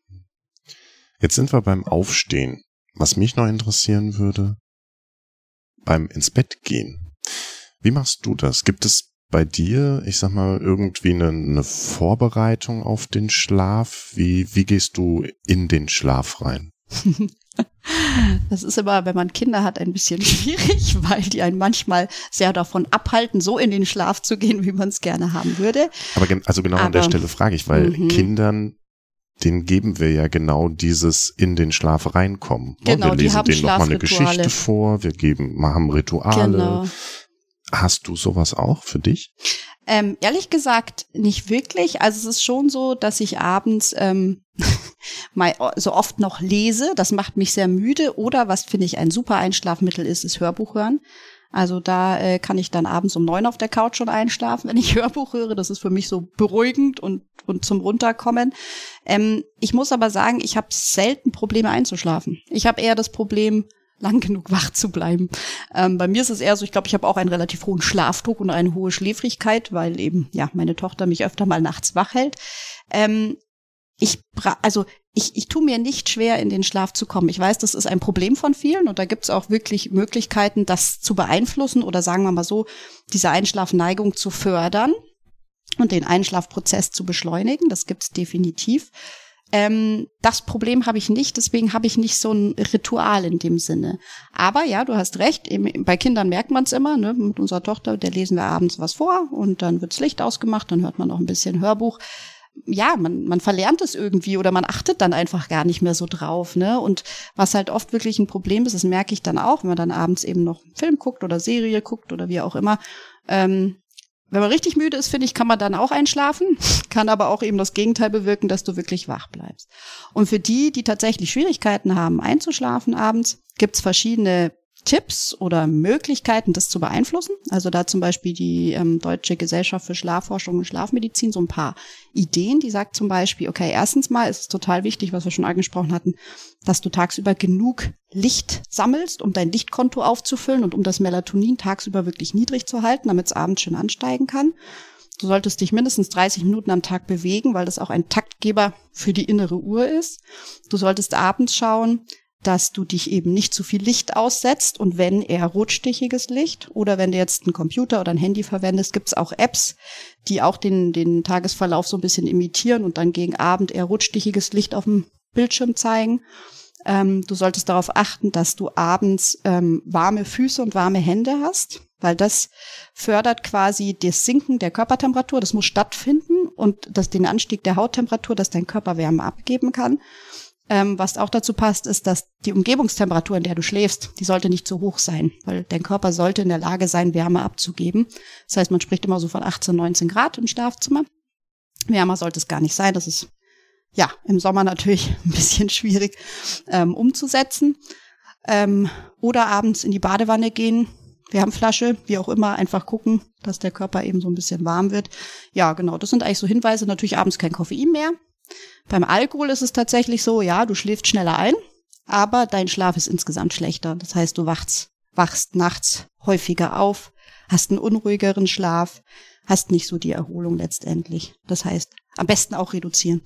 [SPEAKER 2] Jetzt sind wir beim Aufstehen. Was mich noch interessieren würde, beim ins Bett gehen. Wie machst du das? Gibt es bei dir, ich sag mal, irgendwie eine, eine Vorbereitung auf den Schlaf? Wie, wie gehst du in den Schlaf rein?
[SPEAKER 3] Das ist immer, wenn man Kinder hat, ein bisschen schwierig, weil die einen manchmal sehr davon abhalten, so in den Schlaf zu gehen, wie man es gerne haben würde.
[SPEAKER 2] Aber gen- also genau
[SPEAKER 3] Aber,
[SPEAKER 2] an der Stelle frage ich, weil
[SPEAKER 3] mhm.
[SPEAKER 2] Kindern, denen geben wir ja genau dieses in den Schlaf reinkommen.
[SPEAKER 3] Genau,
[SPEAKER 2] wir
[SPEAKER 3] die
[SPEAKER 2] lesen
[SPEAKER 3] haben
[SPEAKER 2] denen nochmal eine
[SPEAKER 3] Schlafrituale.
[SPEAKER 2] Geschichte vor, wir geben, haben Rituale.
[SPEAKER 3] Genau.
[SPEAKER 2] Hast du sowas auch für dich?
[SPEAKER 3] Ähm, ehrlich gesagt nicht wirklich. Also es ist schon so, dass ich abends ähm, mal so oft noch lese. Das macht mich sehr müde. Oder was finde ich ein super Einschlafmittel ist, ist Hörbuch hören. Also da äh, kann ich dann abends um neun auf der Couch schon einschlafen, wenn ich Hörbuch höre. Das ist für mich so beruhigend und und zum Runterkommen. Ähm, ich muss aber sagen, ich habe selten Probleme einzuschlafen. Ich habe eher das Problem, lang genug wach zu bleiben. Ähm, bei mir ist es eher so, ich glaube, ich habe auch einen relativ hohen Schlafdruck und eine hohe Schläfrigkeit, weil eben ja meine Tochter mich öfter mal nachts wach hält. Ähm, ich bra- also ich ich tue mir nicht schwer, in den Schlaf zu kommen. Ich weiß, das ist ein Problem von vielen und da gibt es auch wirklich Möglichkeiten, das zu beeinflussen oder sagen wir mal so, diese Einschlafneigung zu fördern und den Einschlafprozess zu beschleunigen. Das gibt es definitiv. Ähm, das Problem habe ich nicht, deswegen habe ich nicht so ein Ritual in dem Sinne. Aber ja, du hast recht, eben, bei Kindern merkt man es immer, ne? Mit unserer Tochter, der lesen wir abends was vor und dann wirds Licht ausgemacht, dann hört man noch ein bisschen Hörbuch. Ja, man, man verlernt es irgendwie oder man achtet dann einfach gar nicht mehr so drauf, ne? Und was halt oft wirklich ein Problem ist, das merke ich dann auch, wenn man dann abends eben noch einen Film guckt oder Serie guckt oder wie auch immer, ähm, wenn man richtig müde ist, finde ich, kann man dann auch einschlafen, kann aber auch eben das Gegenteil bewirken, dass du wirklich wach bleibst. Und für die, die tatsächlich Schwierigkeiten haben, einzuschlafen abends, gibt's verschiedene Tipps oder Möglichkeiten, das zu beeinflussen. Also da zum Beispiel die ähm, Deutsche Gesellschaft für Schlafforschung und Schlafmedizin so ein paar Ideen, die sagt zum Beispiel, okay, erstens mal ist es total wichtig, was wir schon angesprochen hatten, dass du tagsüber genug Licht sammelst, um dein Lichtkonto aufzufüllen und um das Melatonin tagsüber wirklich niedrig zu halten, damit es abends schön ansteigen kann. Du solltest dich mindestens dreißig Minuten am Tag bewegen, weil das auch ein Taktgeber für die innere Uhr ist. Du solltest abends schauen, dass du dich eben nicht zu viel Licht aussetzt und wenn eher rotstichiges Licht oder wenn du jetzt einen Computer oder ein Handy verwendest, gibt's auch Apps, die auch den, den Tagesverlauf so ein bisschen imitieren und dann gegen Abend eher rotstichiges Licht auf dem Bildschirm zeigen. Ähm, du solltest darauf achten, dass du abends ähm, warme Füße und warme Hände hast, weil das fördert quasi das Sinken der Körpertemperatur. Das muss stattfinden und das, den Anstieg der Hauttemperatur, dass dein Körper Wärme abgeben kann. Ähm, was auch dazu passt, ist, dass die Umgebungstemperatur, in der du schläfst, die sollte nicht zu hoch sein, weil dein Körper sollte in der Lage sein, Wärme abzugeben. Das heißt, man spricht immer so von achtzehn, neunzehn Grad im Schlafzimmer. Wärmer sollte es gar nicht sein. Das ist ja im Sommer natürlich ein bisschen schwierig ähm, umzusetzen. Ähm, oder abends in die Badewanne gehen, Wärmflasche, wie auch immer, einfach gucken, dass der Körper eben so ein bisschen warm wird. Ja, genau, das sind eigentlich so Hinweise. Natürlich abends kein Koffein mehr. Beim Alkohol ist es tatsächlich so, ja, du schläfst schneller ein, aber dein Schlaf ist insgesamt schlechter. Das heißt, du wachst, wachst nachts häufiger auf, hast einen unruhigeren Schlaf, hast nicht so die Erholung letztendlich. Das heißt, am besten auch reduzieren.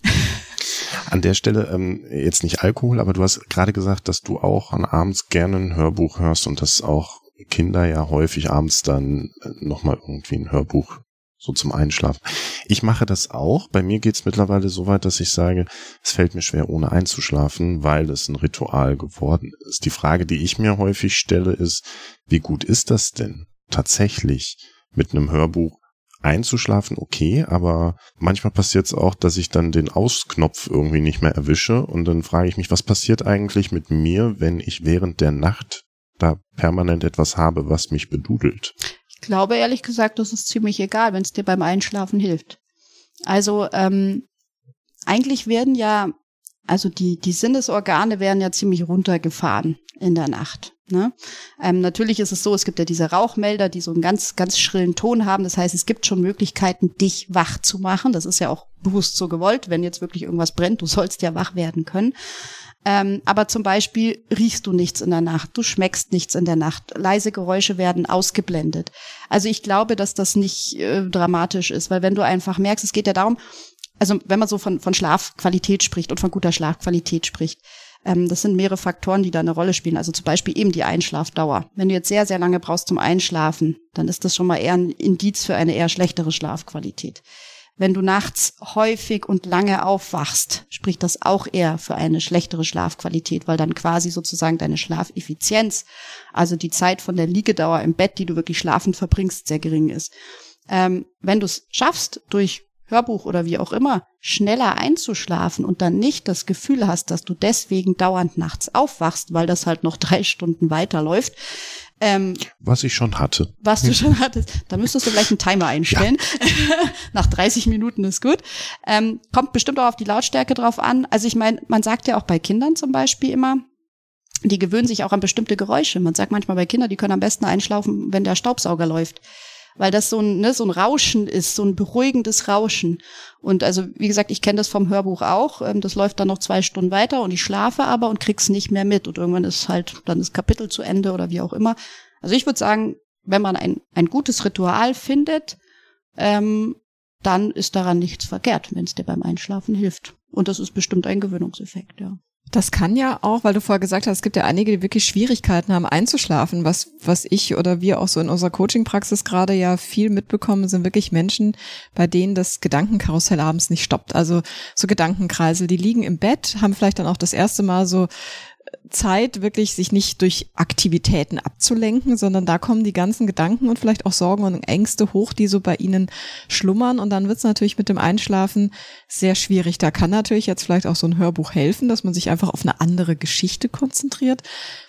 [SPEAKER 2] An der Stelle ähm, jetzt nicht Alkohol, aber du hast gerade gesagt, dass du auch an abends gerne ein Hörbuch hörst und dass auch Kinder ja häufig abends dann nochmal irgendwie ein Hörbuch so zum Einschlafen. Ich mache das auch. Bei mir geht's mittlerweile so weit, dass ich sage, es fällt mir schwer, ohne einzuschlafen, weil es ein Ritual geworden ist. Die Frage, die ich mir häufig stelle, ist, wie gut ist das denn tatsächlich mit einem Hörbuch einzuschlafen? Okay, aber manchmal passiert es auch, dass ich dann den Ausknopf irgendwie nicht mehr erwische und dann frage ich mich, was passiert eigentlich mit mir, wenn ich während der Nacht da permanent etwas habe, was mich bedudelt?
[SPEAKER 3] Ich glaube ehrlich gesagt, das ist ziemlich egal, wenn es dir beim Einschlafen hilft. Also ähm, eigentlich werden ja, also die die Sinnesorgane werden ja ziemlich runtergefahren in der Nacht. Ne? Ähm, natürlich ist es so, es gibt ja diese Rauchmelder, die so einen ganz ganz schrillen Ton haben. Das heißt, es gibt schon Möglichkeiten, dich wach zu machen. Das ist ja auch bewusst so gewollt, wenn jetzt wirklich irgendwas brennt, du sollst ja wach werden können. Ähm, aber zum Beispiel riechst du nichts in der Nacht, du schmeckst nichts in der Nacht, leise Geräusche werden ausgeblendet. Also ich glaube, dass das nicht äh, dramatisch ist, weil wenn du einfach merkst, es geht ja darum, also wenn man so von, von Schlafqualität spricht und von guter Schlafqualität spricht, ähm, das sind mehrere Faktoren, die da eine Rolle spielen. Also zum Beispiel eben die Einschlafdauer. Wenn du jetzt sehr, sehr lange brauchst zum Einschlafen, dann ist das schon mal eher ein Indiz für eine eher schlechtere Schlafqualität. Wenn du nachts häufig und lange aufwachst, spricht das auch eher für eine schlechtere Schlafqualität, weil dann quasi sozusagen deine Schlafeffizienz, also die Zeit von der Liegedauer im Bett, die du wirklich schlafend verbringst, sehr gering ist. Ähm, wenn du es schaffst, durch Hörbuch oder wie auch immer, schneller einzuschlafen und dann nicht das Gefühl hast, dass du deswegen dauernd nachts aufwachst, weil das halt noch drei Stunden weiterläuft. Ähm,
[SPEAKER 2] was ich schon hatte.
[SPEAKER 3] Was du schon hattest. Da müsstest du gleich einen Timer einstellen. Ja. Nach dreißig Minuten ist gut. Ähm, kommt bestimmt auch auf die Lautstärke drauf an. Also ich meine, man sagt ja auch bei Kindern zum Beispiel immer, die gewöhnen sich auch an bestimmte Geräusche. Man sagt manchmal bei Kindern, die können am besten einschlafen, wenn der Staubsauger läuft. Weil das so ein, ne, so ein Rauschen ist, so ein beruhigendes Rauschen. Und also, wie gesagt, ich kenne das vom Hörbuch auch. Das läuft dann noch zwei Stunden weiter und ich schlafe aber und krieg's nicht mehr mit. Und irgendwann ist halt dann das Kapitel zu Ende oder wie auch immer. Also ich würde sagen, wenn man ein, ein gutes Ritual findet, ähm, dann ist daran nichts verkehrt, wenn es dir beim Einschlafen hilft. Und das ist bestimmt ein Gewöhnungseffekt, ja.
[SPEAKER 1] Das kann ja auch, weil du vorher gesagt hast, es gibt ja einige, die wirklich Schwierigkeiten haben einzuschlafen. Was was ich oder wir auch so in unserer Coaching-Praxis gerade ja viel mitbekommen, sind wirklich Menschen, bei denen das Gedankenkarussell abends nicht stoppt. Also so Gedankenkreisel, die liegen im Bett, haben vielleicht dann auch das erste Mal so Zeit, wirklich sich nicht durch Aktivitäten abzulenken, sondern da kommen die ganzen Gedanken und vielleicht auch Sorgen und Ängste hoch, die so bei ihnen schlummern, und dann wird es natürlich mit dem Einschlafen sehr schwierig. Da kann natürlich jetzt vielleicht auch so ein Hörbuch helfen, dass man sich einfach auf eine andere Geschichte konzentriert.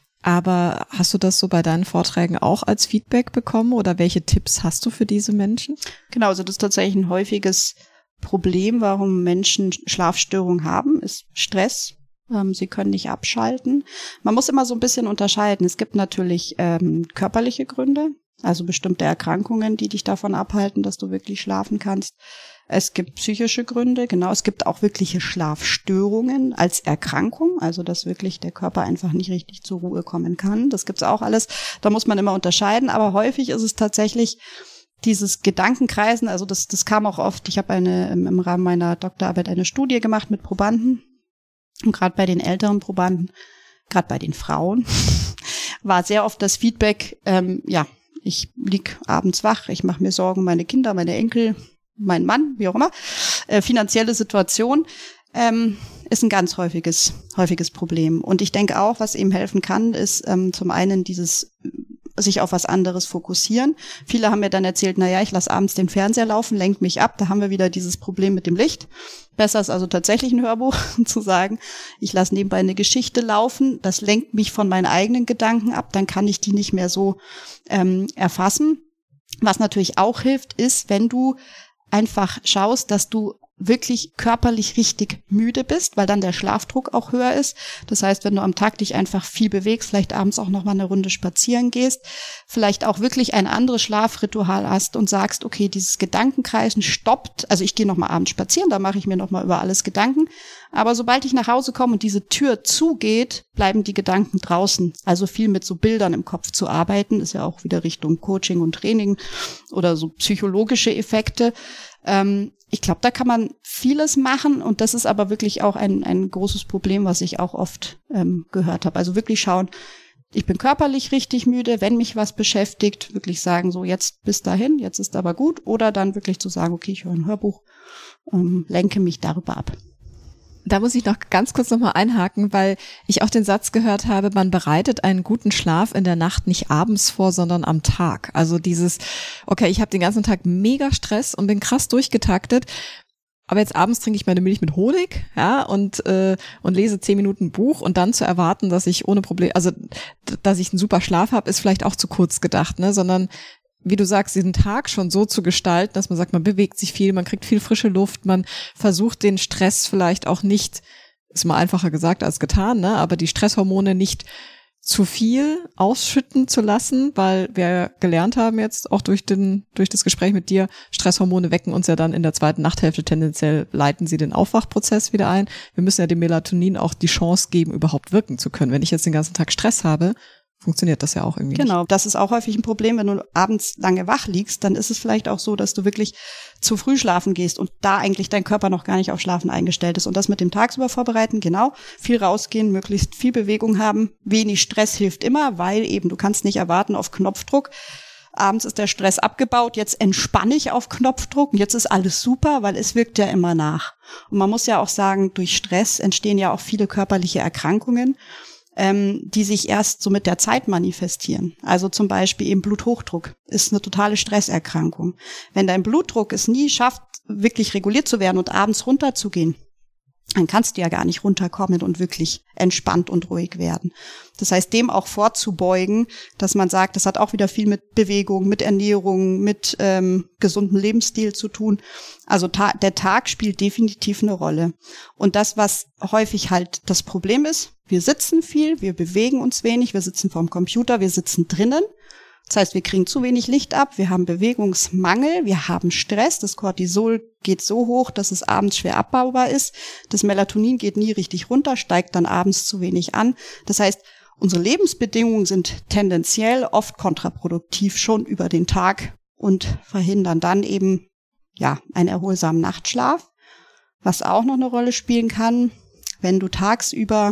[SPEAKER 1] Aber hast du das so bei deinen Vorträgen auch als Feedback bekommen oder welche Tipps hast du für diese Menschen?
[SPEAKER 3] Genau, also das ist tatsächlich ein häufiges Problem, warum Menschen Schlafstörungen haben, ist Stress. Sie können nicht abschalten. Man muss immer so ein bisschen unterscheiden. Es gibt natürlich ähm, körperliche Gründe, also bestimmte Erkrankungen, die dich davon abhalten, dass du wirklich schlafen kannst. Es gibt psychische Gründe, genau. Es gibt auch wirkliche Schlafstörungen als Erkrankung, also dass wirklich der Körper einfach nicht richtig zur Ruhe kommen kann. Das gibt's auch alles. Da muss man immer unterscheiden. Aber häufig ist es tatsächlich dieses Gedankenkreisen. Also das, das kam auch oft. Ich habe eine im Rahmen meiner Doktorarbeit eine Studie gemacht mit Probanden. Und gerade bei den älteren Probanden gerade bei den Frauen, war sehr oft das Feedback, ähm, ja, ich lieg abends wach, ich mache mir Sorgen, meine Kinder, meine Enkel, mein Mann, wie auch immer, äh, finanzielle Situation, ähm, ist ein ganz häufiges, häufiges Problem. Und ich denke auch, was eben helfen kann, ist ähm, zum einen dieses sich auf was anderes fokussieren. Viele haben mir dann erzählt, na ja, ich lasse abends den Fernseher laufen, lenkt mich ab. Da haben wir wieder dieses Problem mit dem Licht. Besser ist also tatsächlich ein Hörbuch zu sagen, ich lasse nebenbei eine Geschichte laufen. Das lenkt mich von meinen eigenen Gedanken ab. Dann kann ich die nicht mehr so ähm, erfassen. Was natürlich auch hilft, ist, wenn du einfach schaust, dass du wirklich körperlich richtig müde bist, weil dann der Schlafdruck auch höher ist. Das heißt, wenn du am Tag dich einfach viel bewegst, vielleicht abends auch noch mal eine Runde spazieren gehst, vielleicht auch wirklich ein anderes Schlafritual hast und sagst, okay, dieses Gedankenkreisen stoppt. Also ich gehe noch mal abends spazieren, da mache ich mir noch mal über alles Gedanken. Aber sobald ich nach Hause komme und diese Tür zugeht, bleiben die Gedanken draußen. Also viel mit so Bildern im Kopf zu arbeiten, ist ja auch wieder Richtung Coaching und Training oder so psychologische Effekte. Ähm, ich glaube, da kann man vieles machen und das ist aber wirklich auch ein, ein großes Problem, was ich auch oft ähm, gehört habe. Also wirklich schauen, ich bin körperlich richtig müde, wenn mich was beschäftigt, wirklich sagen, so jetzt bis dahin, jetzt ist aber gut. Oder dann wirklich zu sagen, okay, ich höre ein Hörbuch, ähm, lenke mich darüber ab.
[SPEAKER 1] Da muss ich noch ganz kurz nochmal einhaken, weil ich auch den Satz gehört habe, man bereitet einen guten Schlaf in der Nacht nicht abends vor, sondern am Tag. Also dieses, okay, ich habe den ganzen Tag mega Stress und bin krass durchgetaktet, aber jetzt abends trinke ich meine Milch mit Honig, ja, und äh, und lese zehn Minuten Buch und dann zu erwarten, dass ich ohne Probleme, also dass ich einen super Schlaf habe, ist vielleicht auch zu kurz gedacht, ne, sondern wie du sagst, diesen Tag schon so zu gestalten, dass man sagt, man bewegt sich viel, man kriegt viel frische Luft, man versucht den Stress vielleicht auch nicht, ist mal einfacher gesagt als getan, ne, aber die Stresshormone nicht zu viel ausschütten zu lassen, weil wir gelernt haben jetzt auch durch den durch das Gespräch mit dir, Stresshormone wecken uns ja dann in der zweiten Nachthälfte tendenziell, leiten sie den Aufwachprozess wieder ein. Wir müssen ja dem Melatonin auch die Chance geben, überhaupt wirken zu können. Wenn ich jetzt den ganzen Tag Stress habe, funktioniert das ja auch irgendwie
[SPEAKER 3] Genau,
[SPEAKER 1] nicht.
[SPEAKER 3] Das ist auch häufig ein Problem, wenn du abends lange wach liegst, dann ist es vielleicht auch so, dass du wirklich zu früh schlafen gehst und da eigentlich dein Körper noch gar nicht auf Schlafen eingestellt ist. Und das mit dem tagsüber vorbereiten, genau, viel rausgehen, möglichst viel Bewegung haben, wenig Stress hilft immer, weil eben du kannst nicht erwarten auf Knopfdruck. Abends ist der Stress abgebaut, jetzt entspanne ich auf Knopfdruck und jetzt ist alles super, weil es wirkt ja immer nach. Und man muss ja auch sagen, durch Stress entstehen ja auch viele körperliche Erkrankungen, ähm, die sich erst so mit der Zeit manifestieren. Also zum Beispiel eben Bluthochdruck ist eine totale Stresserkrankung. Wenn dein Blutdruck es nie schafft, wirklich reguliert zu werden und abends runterzugehen, dann kannst du ja gar nicht runterkommen und wirklich entspannt und ruhig werden. Das heißt, dem auch vorzubeugen, dass man sagt, das hat auch wieder viel mit Bewegung, mit Ernährung, mit ähm, gesundem Lebensstil zu tun. Also ta- der Tag spielt definitiv eine Rolle. Und das, was häufig halt das Problem ist, wir sitzen viel, wir bewegen uns wenig, wir sitzen vorm Computer, wir sitzen drinnen. Das heißt, wir kriegen zu wenig Licht ab, wir haben Bewegungsmangel, wir haben Stress, das Cortisol geht so hoch, dass es abends schwer abbaubar ist, das Melatonin geht nie richtig runter, steigt dann abends zu wenig an. Das heißt, unsere Lebensbedingungen sind tendenziell oft kontraproduktiv schon über den Tag und verhindern dann eben ja einen erholsamen Nachtschlaf. Was auch noch eine Rolle spielen kann, wenn du tagsüber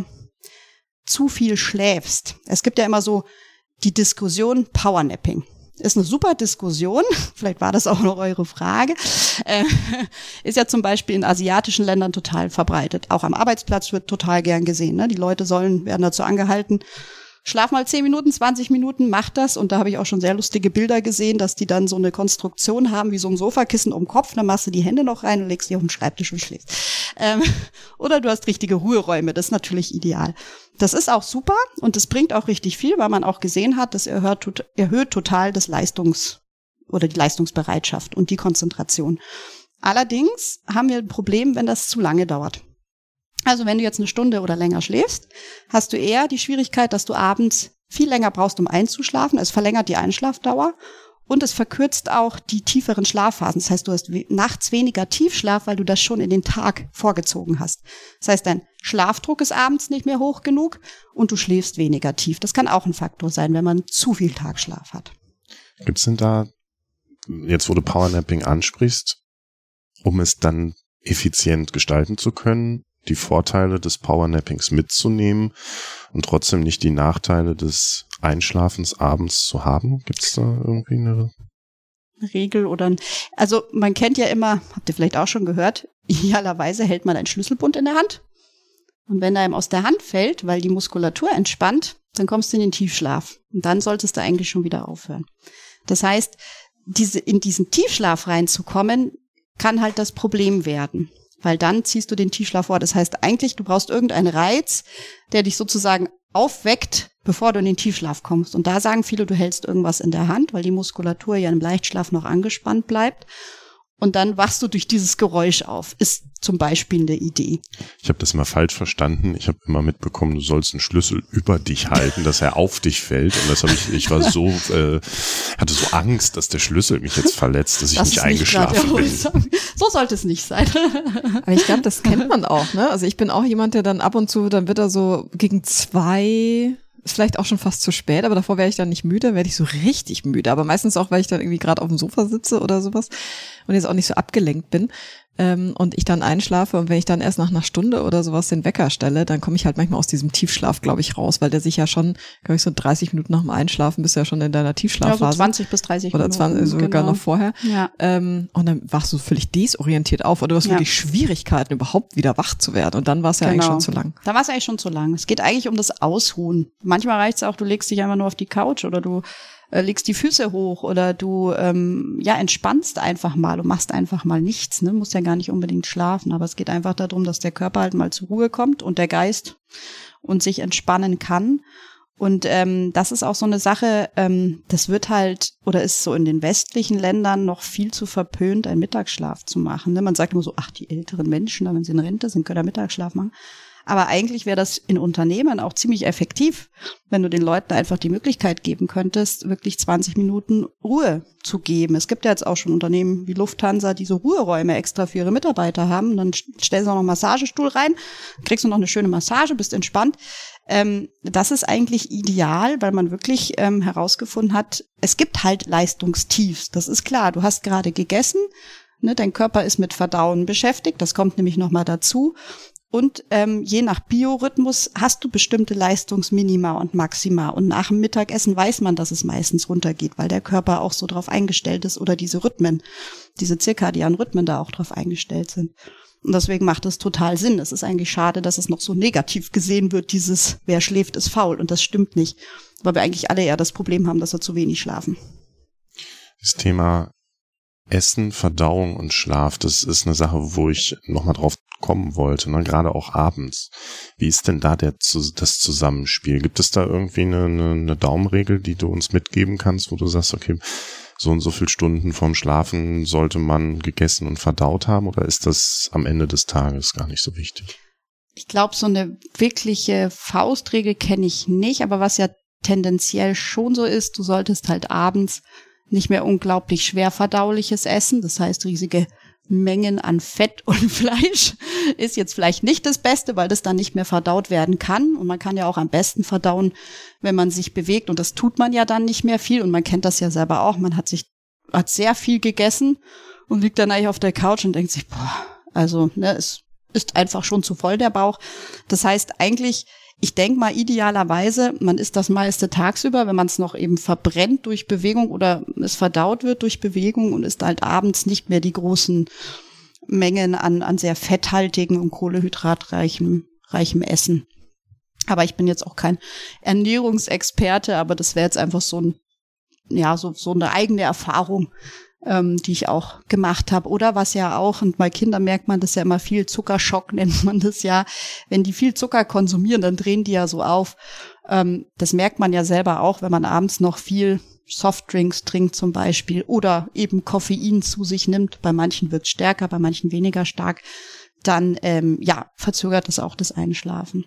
[SPEAKER 3] zu viel schläfst. Es gibt ja immer so die Diskussion Powernapping. Ist eine super Diskussion, vielleicht war das auch noch eure Frage, äh, ist ja zum Beispiel in asiatischen Ländern total verbreitet. Auch am Arbeitsplatz wird total gern gesehen. Ne? Die Leute sollen, werden dazu angehalten, schlaf mal zehn Minuten, zwanzig Minuten, mach das. Und da habe ich auch schon sehr lustige Bilder gesehen, dass die dann so eine Konstruktion haben, wie so ein Sofakissen um den Kopf, dann machst du die Hände noch rein und legst die auf den Schreibtisch und schläfst. Ähm, oder du hast richtige Ruheräume, das ist natürlich ideal. Das ist auch super und das bringt auch richtig viel, weil man auch gesehen hat, das erhöht, erhöht total das Leistungs- oder die Leistungsbereitschaft und die Konzentration. Allerdings haben wir ein Problem, wenn das zu lange dauert. Also wenn du jetzt eine Stunde oder länger schläfst, hast du eher die Schwierigkeit, dass du abends viel länger brauchst, um einzuschlafen. Es verlängert die Einschlafdauer und es verkürzt auch die tieferen Schlafphasen. Das heißt, du hast nachts weniger Tiefschlaf, weil du das schon in den Tag vorgezogen hast. Das heißt, dein Schlafdruck ist abends nicht mehr hoch genug und du schläfst weniger tief. Das kann auch ein Faktor sein, wenn man zu viel Tagschlaf hat.
[SPEAKER 2] Gibt's denn da, jetzt wo du Powernapping ansprichst, um es dann effizient gestalten zu können, die Vorteile des Powernappings mitzunehmen und trotzdem nicht die Nachteile des Einschlafens abends zu haben? Gibt es da irgendwie eine
[SPEAKER 3] Regel oder ein, also man kennt ja immer, habt ihr vielleicht auch schon gehört, idealerweise hält man einen Schlüsselbund in der Hand. Und wenn er einem aus der Hand fällt, weil die Muskulatur entspannt, dann kommst du in den Tiefschlaf. Und dann solltest du eigentlich schon wieder aufhören. Das heißt, diese, in diesen Tiefschlaf reinzukommen, kann halt das Problem werden. Weil dann ziehst du den Tiefschlaf vor. Das heißt eigentlich, du brauchst irgendeinen Reiz, der dich sozusagen aufweckt, bevor du in den Tiefschlaf kommst. Und da sagen viele, du hältst irgendwas in der Hand, weil die Muskulatur ja im Leichtschlaf noch angespannt bleibt. Und dann wachst du durch dieses Geräusch auf. Ist zum Beispiel eine Idee.
[SPEAKER 2] Ich habe das mal falsch verstanden. Ich habe immer mitbekommen, du sollst einen Schlüssel über dich halten, dass er auf dich fällt. Und das habe ich, ich war so, äh, hatte so Angst, dass der Schlüssel mich jetzt verletzt, dass ich
[SPEAKER 3] das
[SPEAKER 2] nicht eingeschlafen bin.
[SPEAKER 3] So sollte es nicht sein.
[SPEAKER 1] Aber ich glaube, das kennt man auch, ne? Also ich bin auch jemand, der dann ab und zu, dann wird er so gegen zwei, ist vielleicht auch schon fast zu spät, aber davor wäre ich dann nicht müde, werde ich so richtig müde. Aber meistens auch, weil ich dann irgendwie gerade auf dem Sofa sitze oder sowas und jetzt auch nicht so abgelenkt bin. Ähm, und ich dann einschlafe und wenn ich dann erst nach einer Stunde oder sowas den Wecker stelle, dann komme ich halt manchmal aus diesem Tiefschlaf, glaube ich, raus, weil der sich ja schon, glaube ich, so dreißig Minuten nach dem Einschlafen bist du ja schon in deiner Tiefschlafphase.
[SPEAKER 3] Ja, so zwanzig bis dreißig
[SPEAKER 1] oder
[SPEAKER 3] Minuten.
[SPEAKER 1] Oder zwanzig, sogar
[SPEAKER 3] genau.
[SPEAKER 1] noch vorher.
[SPEAKER 3] Ja.
[SPEAKER 1] Ähm, und dann wachst du völlig desorientiert auf oder du hast
[SPEAKER 3] ja.
[SPEAKER 1] wirklich Schwierigkeiten, überhaupt wieder wach zu werden. Und dann war es ja
[SPEAKER 3] genau.
[SPEAKER 1] eigentlich schon zu lang.
[SPEAKER 3] Da war es eigentlich schon zu lang. Es geht eigentlich um das Ausruhen. Manchmal reicht es auch, du legst dich einfach nur auf die Couch oder du äh, legst die Füße hoch oder du ähm, ja entspannst einfach mal und machst einfach mal nichts. Ne? Musst ja gar nicht unbedingt schlafen, aber es geht einfach darum, dass der Körper halt mal zur Ruhe kommt und der Geist und sich entspannen kann. Und ähm, das ist auch so eine Sache, ähm, das wird halt oder ist so in den westlichen Ländern noch viel zu verpönt, einen Mittagsschlaf zu machen. Ne? Man sagt immer so, ach, die älteren Menschen, wenn sie in Rente sind, können da Mittagsschlaf machen. Aber eigentlich wäre das in Unternehmen auch ziemlich effektiv, wenn du den Leuten einfach die Möglichkeit geben könntest, wirklich zwanzig Minuten Ruhe zu geben. Es gibt ja jetzt auch schon Unternehmen wie Lufthansa, die so Ruheräume extra für ihre Mitarbeiter haben. Dann stellen sie auch noch einen Massagestuhl rein, kriegst du noch eine schöne Massage, bist entspannt. Ähm, das ist eigentlich ideal, weil man wirklich ähm, herausgefunden hat, es gibt halt Leistungstiefs. Das ist klar. Du hast gerade gegessen, ne, dein Körper ist mit Verdauen beschäftigt. Das kommt nämlich nochmal dazu. Und ähm, je nach Biorhythmus hast du bestimmte Leistungsminima und Maxima. Und nach dem Mittagessen weiß man, dass es meistens runtergeht, weil der Körper auch so drauf eingestellt ist oder diese Rhythmen, diese zirkadianen Rhythmen da auch drauf eingestellt sind. Und deswegen macht es total Sinn. Es ist eigentlich schade, dass es noch so negativ gesehen wird, dieses, wer schläft, ist faul. Und das stimmt nicht, weil wir eigentlich alle eher das Problem haben, dass wir zu wenig schlafen.
[SPEAKER 2] Das Thema Essen, Verdauung und Schlaf, das ist eine Sache, wo ich nochmal drauf kommen wollte, ne? Gerade auch abends. Wie ist denn da der, das Zusammenspiel? Gibt es da irgendwie eine, eine, eine Daumenregel, die du uns mitgeben kannst, wo du sagst, okay, so und so viele Stunden vorm Schlafen sollte man gegessen und verdaut haben, oder ist das am Ende des Tages gar nicht so wichtig?
[SPEAKER 3] Ich glaube, so eine wirkliche Faustregel kenne ich nicht, aber was ja tendenziell schon so ist, du solltest halt abends nicht mehr unglaublich schwer verdauliches essen, das heißt riesige Mengen an Fett und Fleisch ist jetzt vielleicht nicht das Beste, weil das dann nicht mehr verdaut werden kann. Und man kann ja auch am besten verdauen, wenn man sich bewegt. Und das tut man ja dann nicht mehr viel. Und man kennt das ja selber auch. Man hat sich, hat sehr viel gegessen und liegt dann eigentlich auf der Couch und denkt sich, boah, also, ne, es ist einfach schon zu voll, der Bauch. Das heißt eigentlich, ich denke mal idealerweise, man isst das meiste tagsüber, wenn man es noch eben verbrennt durch Bewegung oder es verdaut wird durch Bewegung und isst halt abends nicht mehr die großen Mengen an, an sehr fetthaltigen und kohlehydratreichem reichem Essen. Aber ich bin jetzt auch kein Ernährungsexperte, aber das wäre jetzt einfach so ein, ja, so, so eine eigene Erfahrung, ähm, die ich auch gemacht habe. Oder was ja auch, und bei Kindern merkt man das ja immer viel, Zuckerschock nennt man das ja. Wenn die viel Zucker konsumieren, dann drehen die ja so auf. Ähm, das merkt man ja selber auch, wenn man abends noch viel Softdrinks trinkt zum Beispiel oder eben Koffein zu sich nimmt. Bei manchen wird es stärker, bei manchen weniger stark. Dann, ähm, ja, verzögert das auch das Einschlafen.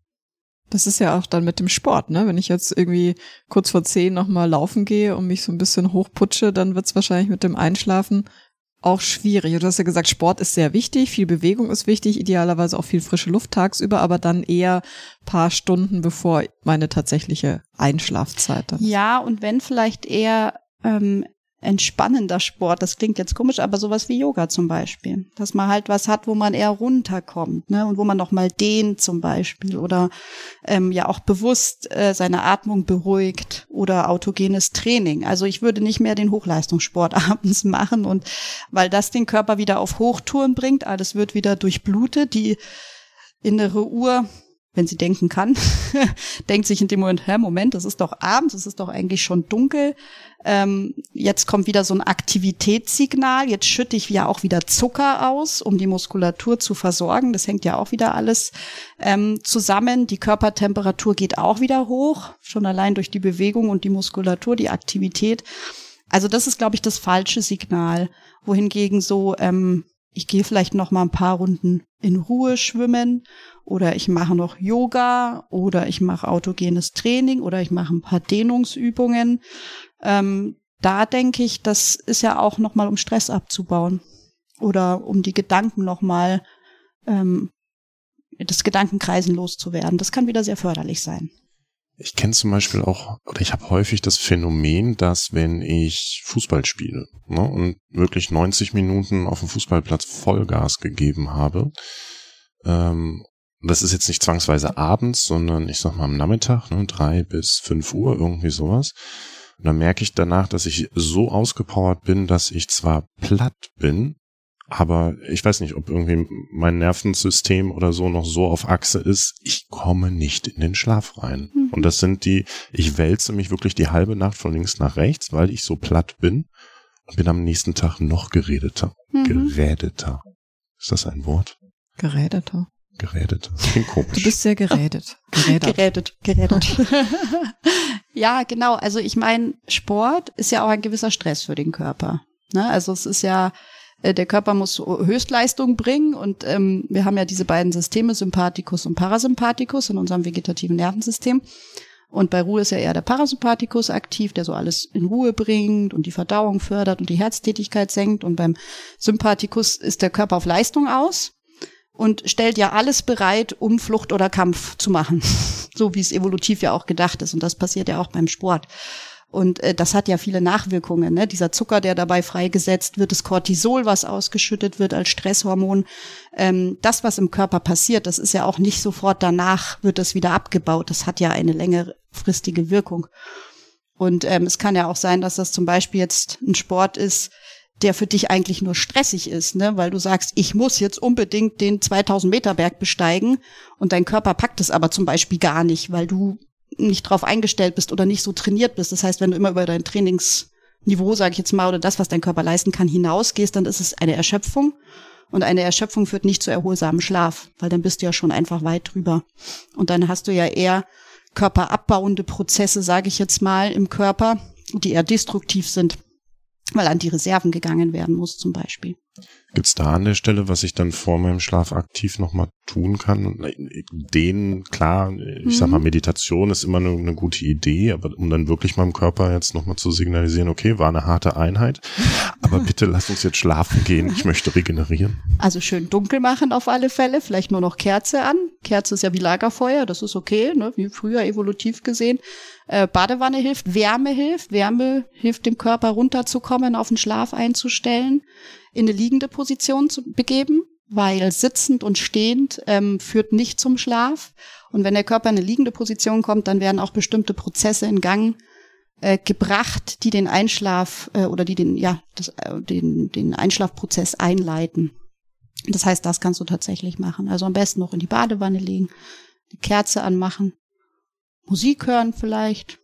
[SPEAKER 1] Das ist ja auch dann mit dem Sport, ne? Wenn ich jetzt irgendwie kurz vor zehn nochmal laufen gehe und mich so ein bisschen hochputsche, dann wird's wahrscheinlich mit dem Einschlafen auch schwierig. Du hast ja gesagt, Sport ist sehr wichtig, viel Bewegung ist wichtig, idealerweise auch viel frische Luft tagsüber, aber dann eher paar Stunden bevor meine tatsächliche Einschlafzeit dann.
[SPEAKER 3] Ja, und wenn vielleicht eher ähm, entspannender Sport. Das klingt jetzt komisch, aber sowas wie Yoga zum Beispiel. Dass man halt was hat, wo man eher runterkommt, ne? Und wo man nochmal dehnt zum Beispiel oder ähm, ja auch bewusst äh, seine Atmung beruhigt oder autogenes Training. Also ich würde nicht mehr den Hochleistungssport abends machen und weil das den Körper wieder auf Hochtouren bringt, alles wird wieder durchblutet, die innere Uhr, wenn sie denken kann, denkt sich in dem Moment, hä, Moment, es ist doch abends, es ist doch eigentlich schon dunkel. Ähm, jetzt kommt wieder so ein Aktivitätssignal, jetzt schütte ich ja auch wieder Zucker aus, um die Muskulatur zu versorgen. Das hängt ja auch wieder alles ähm, zusammen. Die Körpertemperatur geht auch wieder hoch, schon allein durch die Bewegung und die Muskulatur, die Aktivität. Also das ist, glaube ich, das falsche Signal. Wohingegen so, ähm, ich gehe vielleicht noch mal ein paar Runden in Ruhe schwimmen oder ich mache noch Yoga oder ich mache autogenes Training oder ich mache ein paar Dehnungsübungen. Ähm, da denke ich, das ist ja auch noch mal, um Stress abzubauen oder um die Gedanken noch mal, ähm, das Gedankenkreisen loszuwerden. Das kann wieder sehr förderlich sein.
[SPEAKER 2] Ich kenne zum Beispiel auch, oder ich habe häufig das Phänomen, dass wenn ich Fußball spiele, ne, und wirklich neunzig Minuten auf dem Fußballplatz Vollgas gegeben habe, ähm, das ist jetzt nicht zwangsweise abends, sondern ich sag mal am Nachmittag, ne, drei bis fünf Uhr, irgendwie sowas. Und dann merke ich danach, dass ich so ausgepowert bin, dass ich zwar platt bin, aber ich weiß nicht, ob irgendwie mein Nervensystem oder so noch so auf Achse ist, ich komme nicht in den Schlaf rein. Mhm. Und das sind die, ich wälze mich wirklich die halbe Nacht von links nach rechts, weil ich so platt bin und bin am nächsten Tag noch geredeter. Mhm. Gerädeter. Ist das ein Wort?
[SPEAKER 1] Gerädeter.
[SPEAKER 2] Gerädeter. Das klingt komisch.
[SPEAKER 1] Du bist sehr gerädet. Gerädert.
[SPEAKER 3] Gerädet, gerädet. Ja, genau. Also ich meine, Sport ist ja auch ein gewisser Stress für den Körper. Ne? Also es ist ja, der Körper muss Höchstleistung bringen und ähm, wir haben ja diese beiden Systeme, Sympathikus und Parasympathikus in unserem vegetativen Nervensystem. Und bei Ruhe ist ja eher der Parasympathikus aktiv, der so alles in Ruhe bringt und die Verdauung fördert und die Herztätigkeit senkt. Und beim Sympathikus ist der Körper auf Leistung aus und stellt ja alles bereit, um Flucht oder Kampf zu machen. So wie es evolutiv ja auch gedacht ist. Und das passiert ja auch beim Sport. Und äh, das hat ja viele Nachwirkungen, ne? Dieser Zucker, der dabei freigesetzt wird, das Cortisol, was ausgeschüttet wird als Stresshormon. Ähm, das, was im Körper passiert, das ist ja auch nicht sofort danach, wird das wieder abgebaut. Das hat ja eine längerfristige Wirkung. Und ähm, es kann ja auch sein, dass das zum Beispiel jetzt ein Sport ist, der für dich eigentlich nur stressig ist, ne? Weil du sagst, ich muss jetzt unbedingt den zweitausend Meter Berg besteigen und dein Körper packt es aber zum Beispiel gar nicht, weil du nicht drauf eingestellt bist oder nicht so trainiert bist. Das heißt, wenn du immer über dein Trainingsniveau, sage ich jetzt mal, oder das, was dein Körper leisten kann, hinausgehst, dann ist es eine Erschöpfung. Und eine Erschöpfung führt nicht zu erholsamem Schlaf, weil dann bist du ja schon einfach weit drüber. Und dann hast du ja eher körperabbauende Prozesse, sage ich jetzt mal, im Körper, die eher destruktiv sind, weil an die Reserven gegangen werden muss zum Beispiel.
[SPEAKER 2] Gibt's da an der Stelle, was ich dann vor meinem Schlaf aktiv nochmal tun kann? Den, klar, ich mhm. sag mal, Meditation ist immer eine, eine gute Idee, aber um dann wirklich meinem Körper jetzt nochmal zu signalisieren, okay, war eine harte Einheit, aber bitte lass uns jetzt schlafen gehen, ich möchte regenerieren.
[SPEAKER 3] Also schön dunkel machen auf alle Fälle, vielleicht nur noch Kerze an. Kerze ist ja wie Lagerfeuer, das ist okay, ne, wie früher evolutiv gesehen. Äh, Badewanne hilft, Wärme hilft, Wärme hilft dem Körper runterzukommen, auf den Schlaf einzustellen, in eine liegende Position zu begeben, weil sitzend und stehend ähm, führt nicht zum Schlaf. Und wenn der Körper in eine liegende Position kommt, dann werden auch bestimmte Prozesse in Gang äh, gebracht, die den Einschlaf äh, oder die den ja das, äh, den den Einschlafprozess einleiten. Das heißt, das kannst du tatsächlich machen. Also am besten noch in die Badewanne legen, die Kerze anmachen, Musik hören vielleicht.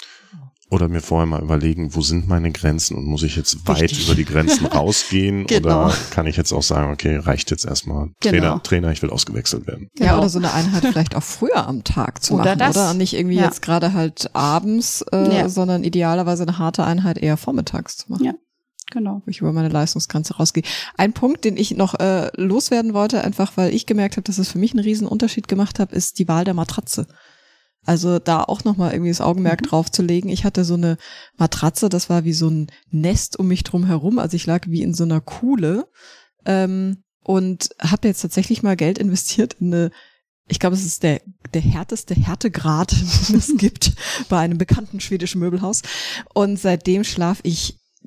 [SPEAKER 2] Oder mir vorher mal überlegen, wo sind meine Grenzen und muss ich jetzt weit Richtig. über die Grenzen rausgehen genau. Oder kann ich jetzt auch sagen, okay, reicht jetzt erstmal. Genau. Trainer, Trainer, ich will ausgewechselt werden.
[SPEAKER 1] Ja, genau. Oder so eine Einheit vielleicht auch früher am Tag zu oder machen, das. Oder? Nicht irgendwie ja. jetzt gerade halt abends, äh, ja. sondern idealerweise eine harte Einheit eher vormittags zu machen.
[SPEAKER 3] Ja, genau.
[SPEAKER 1] Wo ich über meine Leistungsgrenze rausgehe. Ein Punkt, den ich noch äh, loswerden wollte, einfach weil ich gemerkt habe, dass es für mich einen riesen Unterschied gemacht hat, ist die Wahl der Matratze. Also da auch nochmal irgendwie das Augenmerk mhm. drauf zu legen. Ich hatte so eine Matratze, das war wie so ein Nest um mich drum herum. Also ich lag wie in so einer Kuhle ähm, und habe jetzt tatsächlich mal Geld investiert in eine, ich glaube, es ist der der härteste Härtegrad, den es gibt bei einem bekannten schwedischen Möbelhaus. Und seitdem schlafe ich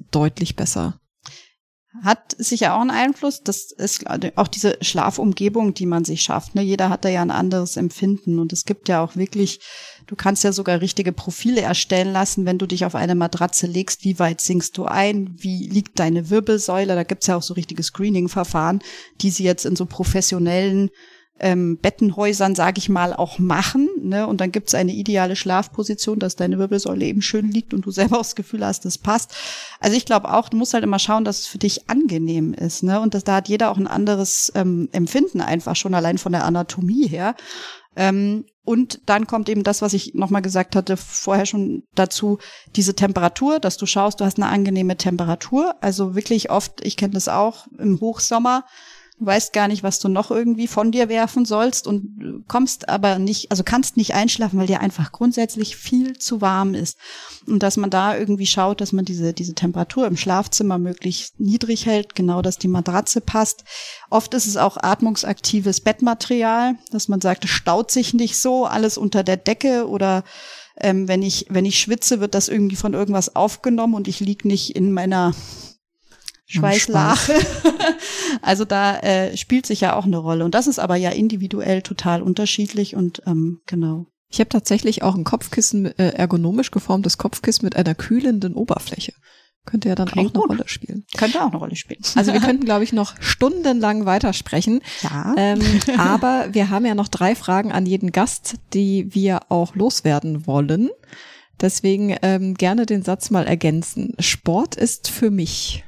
[SPEAKER 1] deutlich besser.
[SPEAKER 3] Hat sicher auch einen Einfluss. Das ist auch diese Schlafumgebung, die man sich schafft. Ne? Jeder hat da ja ein anderes Empfinden. Und es gibt ja auch wirklich, du kannst ja sogar richtige Profile erstellen lassen, wenn du dich auf eine Matratze legst. Wie weit sinkst du ein? Wie liegt deine Wirbelsäule? Da gibt's ja auch so richtige Screening-Verfahren, die sie jetzt in so professionellen Ähm, Bettenhäusern, sage ich mal, auch machen. Ne? Und dann gibt's eine ideale Schlafposition, dass deine Wirbelsäule eben schön liegt und du selber auch das Gefühl hast, das passt. Also ich glaube auch, du musst halt immer schauen, dass es für dich angenehm ist. Ne? Und das, da hat jeder auch ein anderes ähm, Empfinden einfach schon allein von der Anatomie her. Ähm, und dann kommt eben das, was ich nochmal gesagt hatte vorher schon dazu, diese Temperatur, dass du schaust, du hast eine angenehme Temperatur. Also wirklich oft, ich kenne das auch im Hochsommer, du weißt gar nicht, was du noch irgendwie von dir werfen sollst und kommst aber nicht, also kannst nicht einschlafen, weil dir einfach grundsätzlich viel zu warm ist. Und dass man da irgendwie schaut, dass man diese, diese Temperatur im Schlafzimmer möglichst niedrig hält, genau, dass die Matratze passt. Oft ist es auch atmungsaktives Bettmaterial, dass man sagt, es staut sich nicht so, alles unter der Decke oder ähm, wenn ich, wenn ich schwitze, wird das irgendwie von irgendwas aufgenommen und ich lieg nicht in meiner Schweißlache. Also da äh, spielt sich ja auch eine Rolle. Und das ist aber ja individuell total unterschiedlich und ähm, genau.
[SPEAKER 1] Ich habe tatsächlich auch ein Kopfkissen, äh, ergonomisch geformtes Kopfkissen mit einer kühlenden Oberfläche. Könnte ja dann
[SPEAKER 3] Klingt
[SPEAKER 1] auch eine
[SPEAKER 3] gut.
[SPEAKER 1] Rolle spielen.
[SPEAKER 3] Könnte auch eine Rolle spielen.
[SPEAKER 1] Also wir könnten, glaube ich, noch stundenlang weitersprechen.
[SPEAKER 3] Ja.
[SPEAKER 1] Ähm, aber wir haben ja noch drei Fragen an jeden Gast, die wir auch loswerden wollen. Deswegen ähm, gerne den Satz mal ergänzen. Sport ist für mich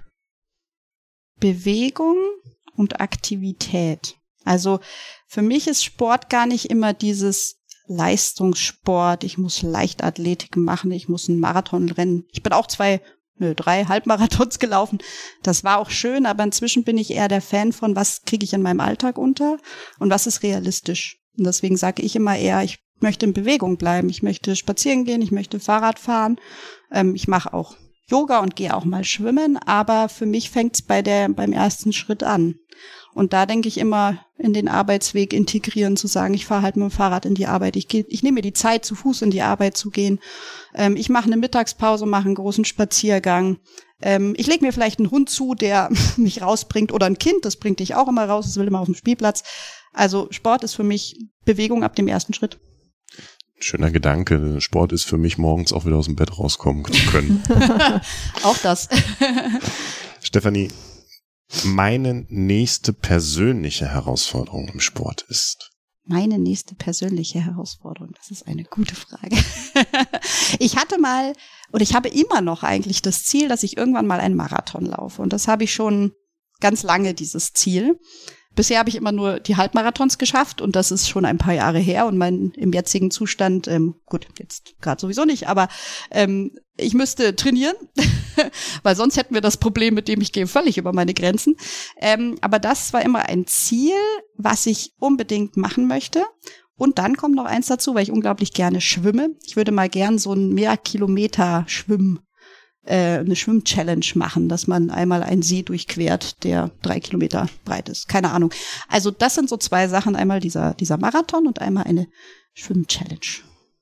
[SPEAKER 3] Bewegung und Aktivität. Also für mich ist Sport gar nicht immer dieses Leistungssport. Ich muss Leichtathletik machen, ich muss einen Marathon rennen. Ich bin auch zwei, nö, drei Halbmarathons gelaufen. Das war auch schön, aber inzwischen bin ich eher der Fan von, was kriege ich in meinem Alltag unter und was ist realistisch. Und deswegen sage ich immer eher, ich möchte in Bewegung bleiben. Ich möchte spazieren gehen, ich möchte Fahrrad fahren. Ähm, ich mache auch Yoga und gehe auch mal schwimmen, aber für mich fängt's bei der beim ersten Schritt an. Und da denke ich immer in den Arbeitsweg integrieren, zu sagen, ich fahre halt mit dem Fahrrad in die Arbeit. Ich gehe, ich nehme mir die Zeit, zu Fuß in die Arbeit zu gehen. Ähm, ich mache eine Mittagspause, mache einen großen Spaziergang. Ähm, ich lege mir vielleicht einen Hund zu, der mich rausbringt, oder ein Kind, das bringt dich auch immer raus, das will immer auf dem Spielplatz. Also Sport ist für mich Bewegung ab dem ersten Schritt.
[SPEAKER 2] Schöner Gedanke. Sport ist für mich morgens auch wieder aus dem Bett rauskommen zu können.
[SPEAKER 3] Auch das.
[SPEAKER 2] Stefanie, meine nächste persönliche Herausforderung im Sport ist?
[SPEAKER 3] Meine nächste persönliche Herausforderung, das ist eine gute Frage. Ich hatte mal, oder ich habe immer noch eigentlich das Ziel, dass ich irgendwann mal einen Marathon laufe. Und das habe ich schon ganz lange, dieses Ziel. Bisher habe ich immer nur die Halbmarathons geschafft und das ist schon ein paar Jahre her und mein im jetzigen Zustand, ähm, gut, jetzt gerade sowieso nicht, aber ähm, ich müsste trainieren, weil sonst hätten wir das Problem, mit dem ich gehe völlig über meine Grenzen. Ähm, aber das war immer ein Ziel, was ich unbedingt machen möchte. Und dann kommt noch eins dazu, weil ich unglaublich gerne schwimme. Ich würde mal gern so ein mehr Kilometer Schwimmen äh, eine Schwimm-Challenge machen, dass man einmal einen See durchquert, der drei Kilometer breit ist. Keine Ahnung. Also das sind so zwei Sachen. Einmal dieser, dieser Marathon und einmal eine Schwimm-Challenge.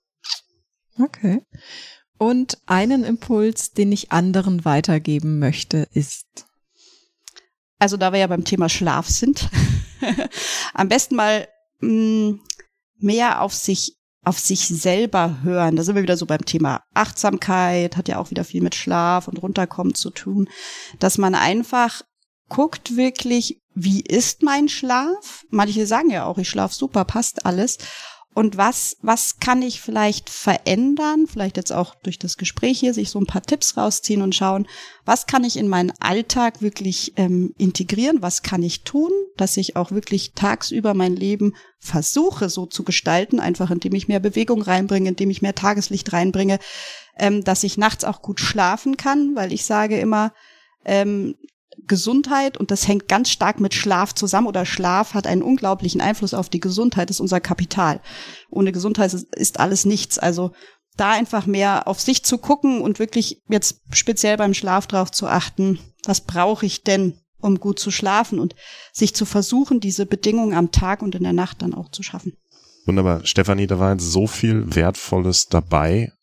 [SPEAKER 1] Okay. Und einen Impuls, den ich anderen weitergeben möchte, ist?
[SPEAKER 3] Also da wir ja beim Thema Schlaf sind, am besten mal mh, mehr auf sich auf sich selber hören. Da sind wir wieder so beim Thema Achtsamkeit, hat ja auch wieder viel mit Schlaf und Runterkommen zu tun, dass man einfach guckt wirklich, wie ist mein Schlaf? Manche sagen ja auch, ich schlafe super, passt alles. Und was, was kann ich vielleicht verändern? Vielleicht jetzt auch durch das Gespräch hier sich so ein paar Tipps rausziehen und schauen, was kann ich in meinen Alltag wirklich ähm, integrieren? Was kann ich tun, dass ich auch wirklich tagsüber mein Leben versuche so zu gestalten, einfach indem ich mehr Bewegung reinbringe, indem ich mehr Tageslicht reinbringe, ähm, dass ich nachts auch gut schlafen kann, weil ich sage immer, ähm, Gesundheit, und das hängt ganz stark mit Schlaf zusammen, oder Schlaf hat einen unglaublichen Einfluss auf die Gesundheit, ist unser Kapital. Ohne Gesundheit ist, ist alles nichts. Also da einfach mehr auf sich zu gucken und wirklich jetzt speziell beim Schlaf drauf zu achten, was brauche ich denn, um gut zu schlafen, und sich zu versuchen, diese Bedingungen am Tag und in der Nacht dann auch zu schaffen.
[SPEAKER 2] Wunderbar. Stefanie, da war jetzt so viel Wertvolles dabei.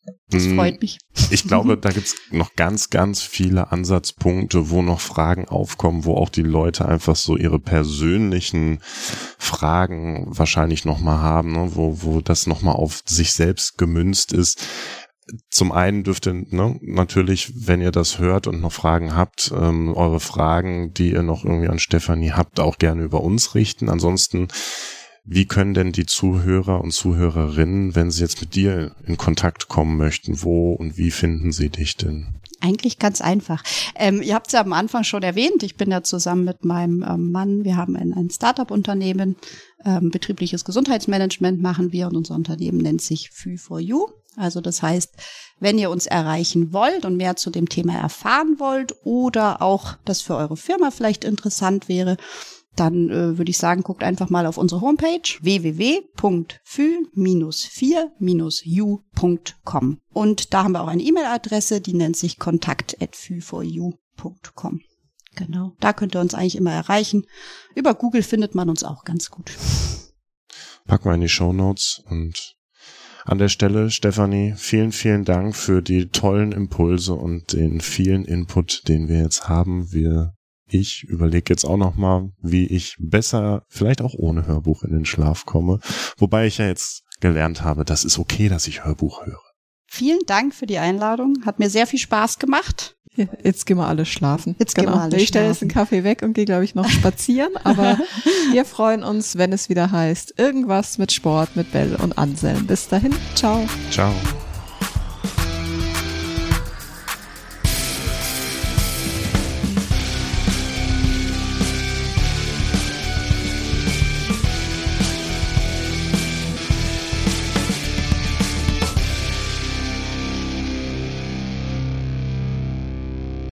[SPEAKER 3] Das freut mich.
[SPEAKER 2] Ich glaube, da gibt's noch ganz, ganz viele Ansatzpunkte, wo noch Fragen aufkommen, wo auch die Leute einfach so ihre persönlichen Fragen wahrscheinlich nochmal haben, ne? wo, wo das nochmal auf sich selbst gemünzt ist. Zum einen dürft ihr ne, natürlich, wenn ihr das hört und noch Fragen habt, ähm, eure Fragen, die ihr noch irgendwie an Stefanie habt, auch gerne über uns richten. Ansonsten, wie können denn die Zuhörer und Zuhörerinnen, wenn sie jetzt mit dir in Kontakt kommen möchten, wo und wie finden sie dich denn?
[SPEAKER 3] Eigentlich ganz einfach. Ähm, ihr habt es ja am Anfang schon erwähnt, ich bin ja zusammen mit meinem ähm, Mann, wir haben ein, ein Startup-Unternehmen, ähm, betriebliches Gesundheitsmanagement machen wir und unser Unternehmen nennt sich F Ü for You. Also das heißt, wenn ihr uns erreichen wollt und mehr zu dem Thema erfahren wollt oder auch das für eure Firma vielleicht interessant wäre, dann äh, würde ich sagen, guckt einfach mal auf unsere Homepage w w w punkt f ü vier u punkt com. Und da haben wir auch eine E-Mail-Adresse, die nennt sich kontakt at f ü for you punkt com. Genau, da könnt ihr uns eigentlich immer erreichen. Über Google findet man uns auch ganz gut.
[SPEAKER 2] Packen wir in die Shownotes und an der Stelle, Stefanie, vielen, vielen Dank für die tollen Impulse und den vielen Input, den wir jetzt haben. Wir Ich überlege jetzt auch nochmal, wie ich besser, vielleicht auch ohne Hörbuch in den Schlaf komme. Wobei ich ja jetzt gelernt habe, das ist okay, dass ich Hörbuch höre.
[SPEAKER 3] Vielen Dank für die Einladung. Hat mir sehr viel Spaß gemacht.
[SPEAKER 1] Jetzt gehen wir alle schlafen.
[SPEAKER 3] Jetzt gehen
[SPEAKER 1] genau.
[SPEAKER 3] wir alle
[SPEAKER 1] Ich stelle
[SPEAKER 3] schlafen.
[SPEAKER 1] jetzt den Kaffee weg und gehe, glaube ich, noch spazieren. Aber wir freuen uns, wenn es wieder heißt, irgendwas mit Sport, mit Bell und Anselm. Bis dahin, ciao.
[SPEAKER 2] Ciao.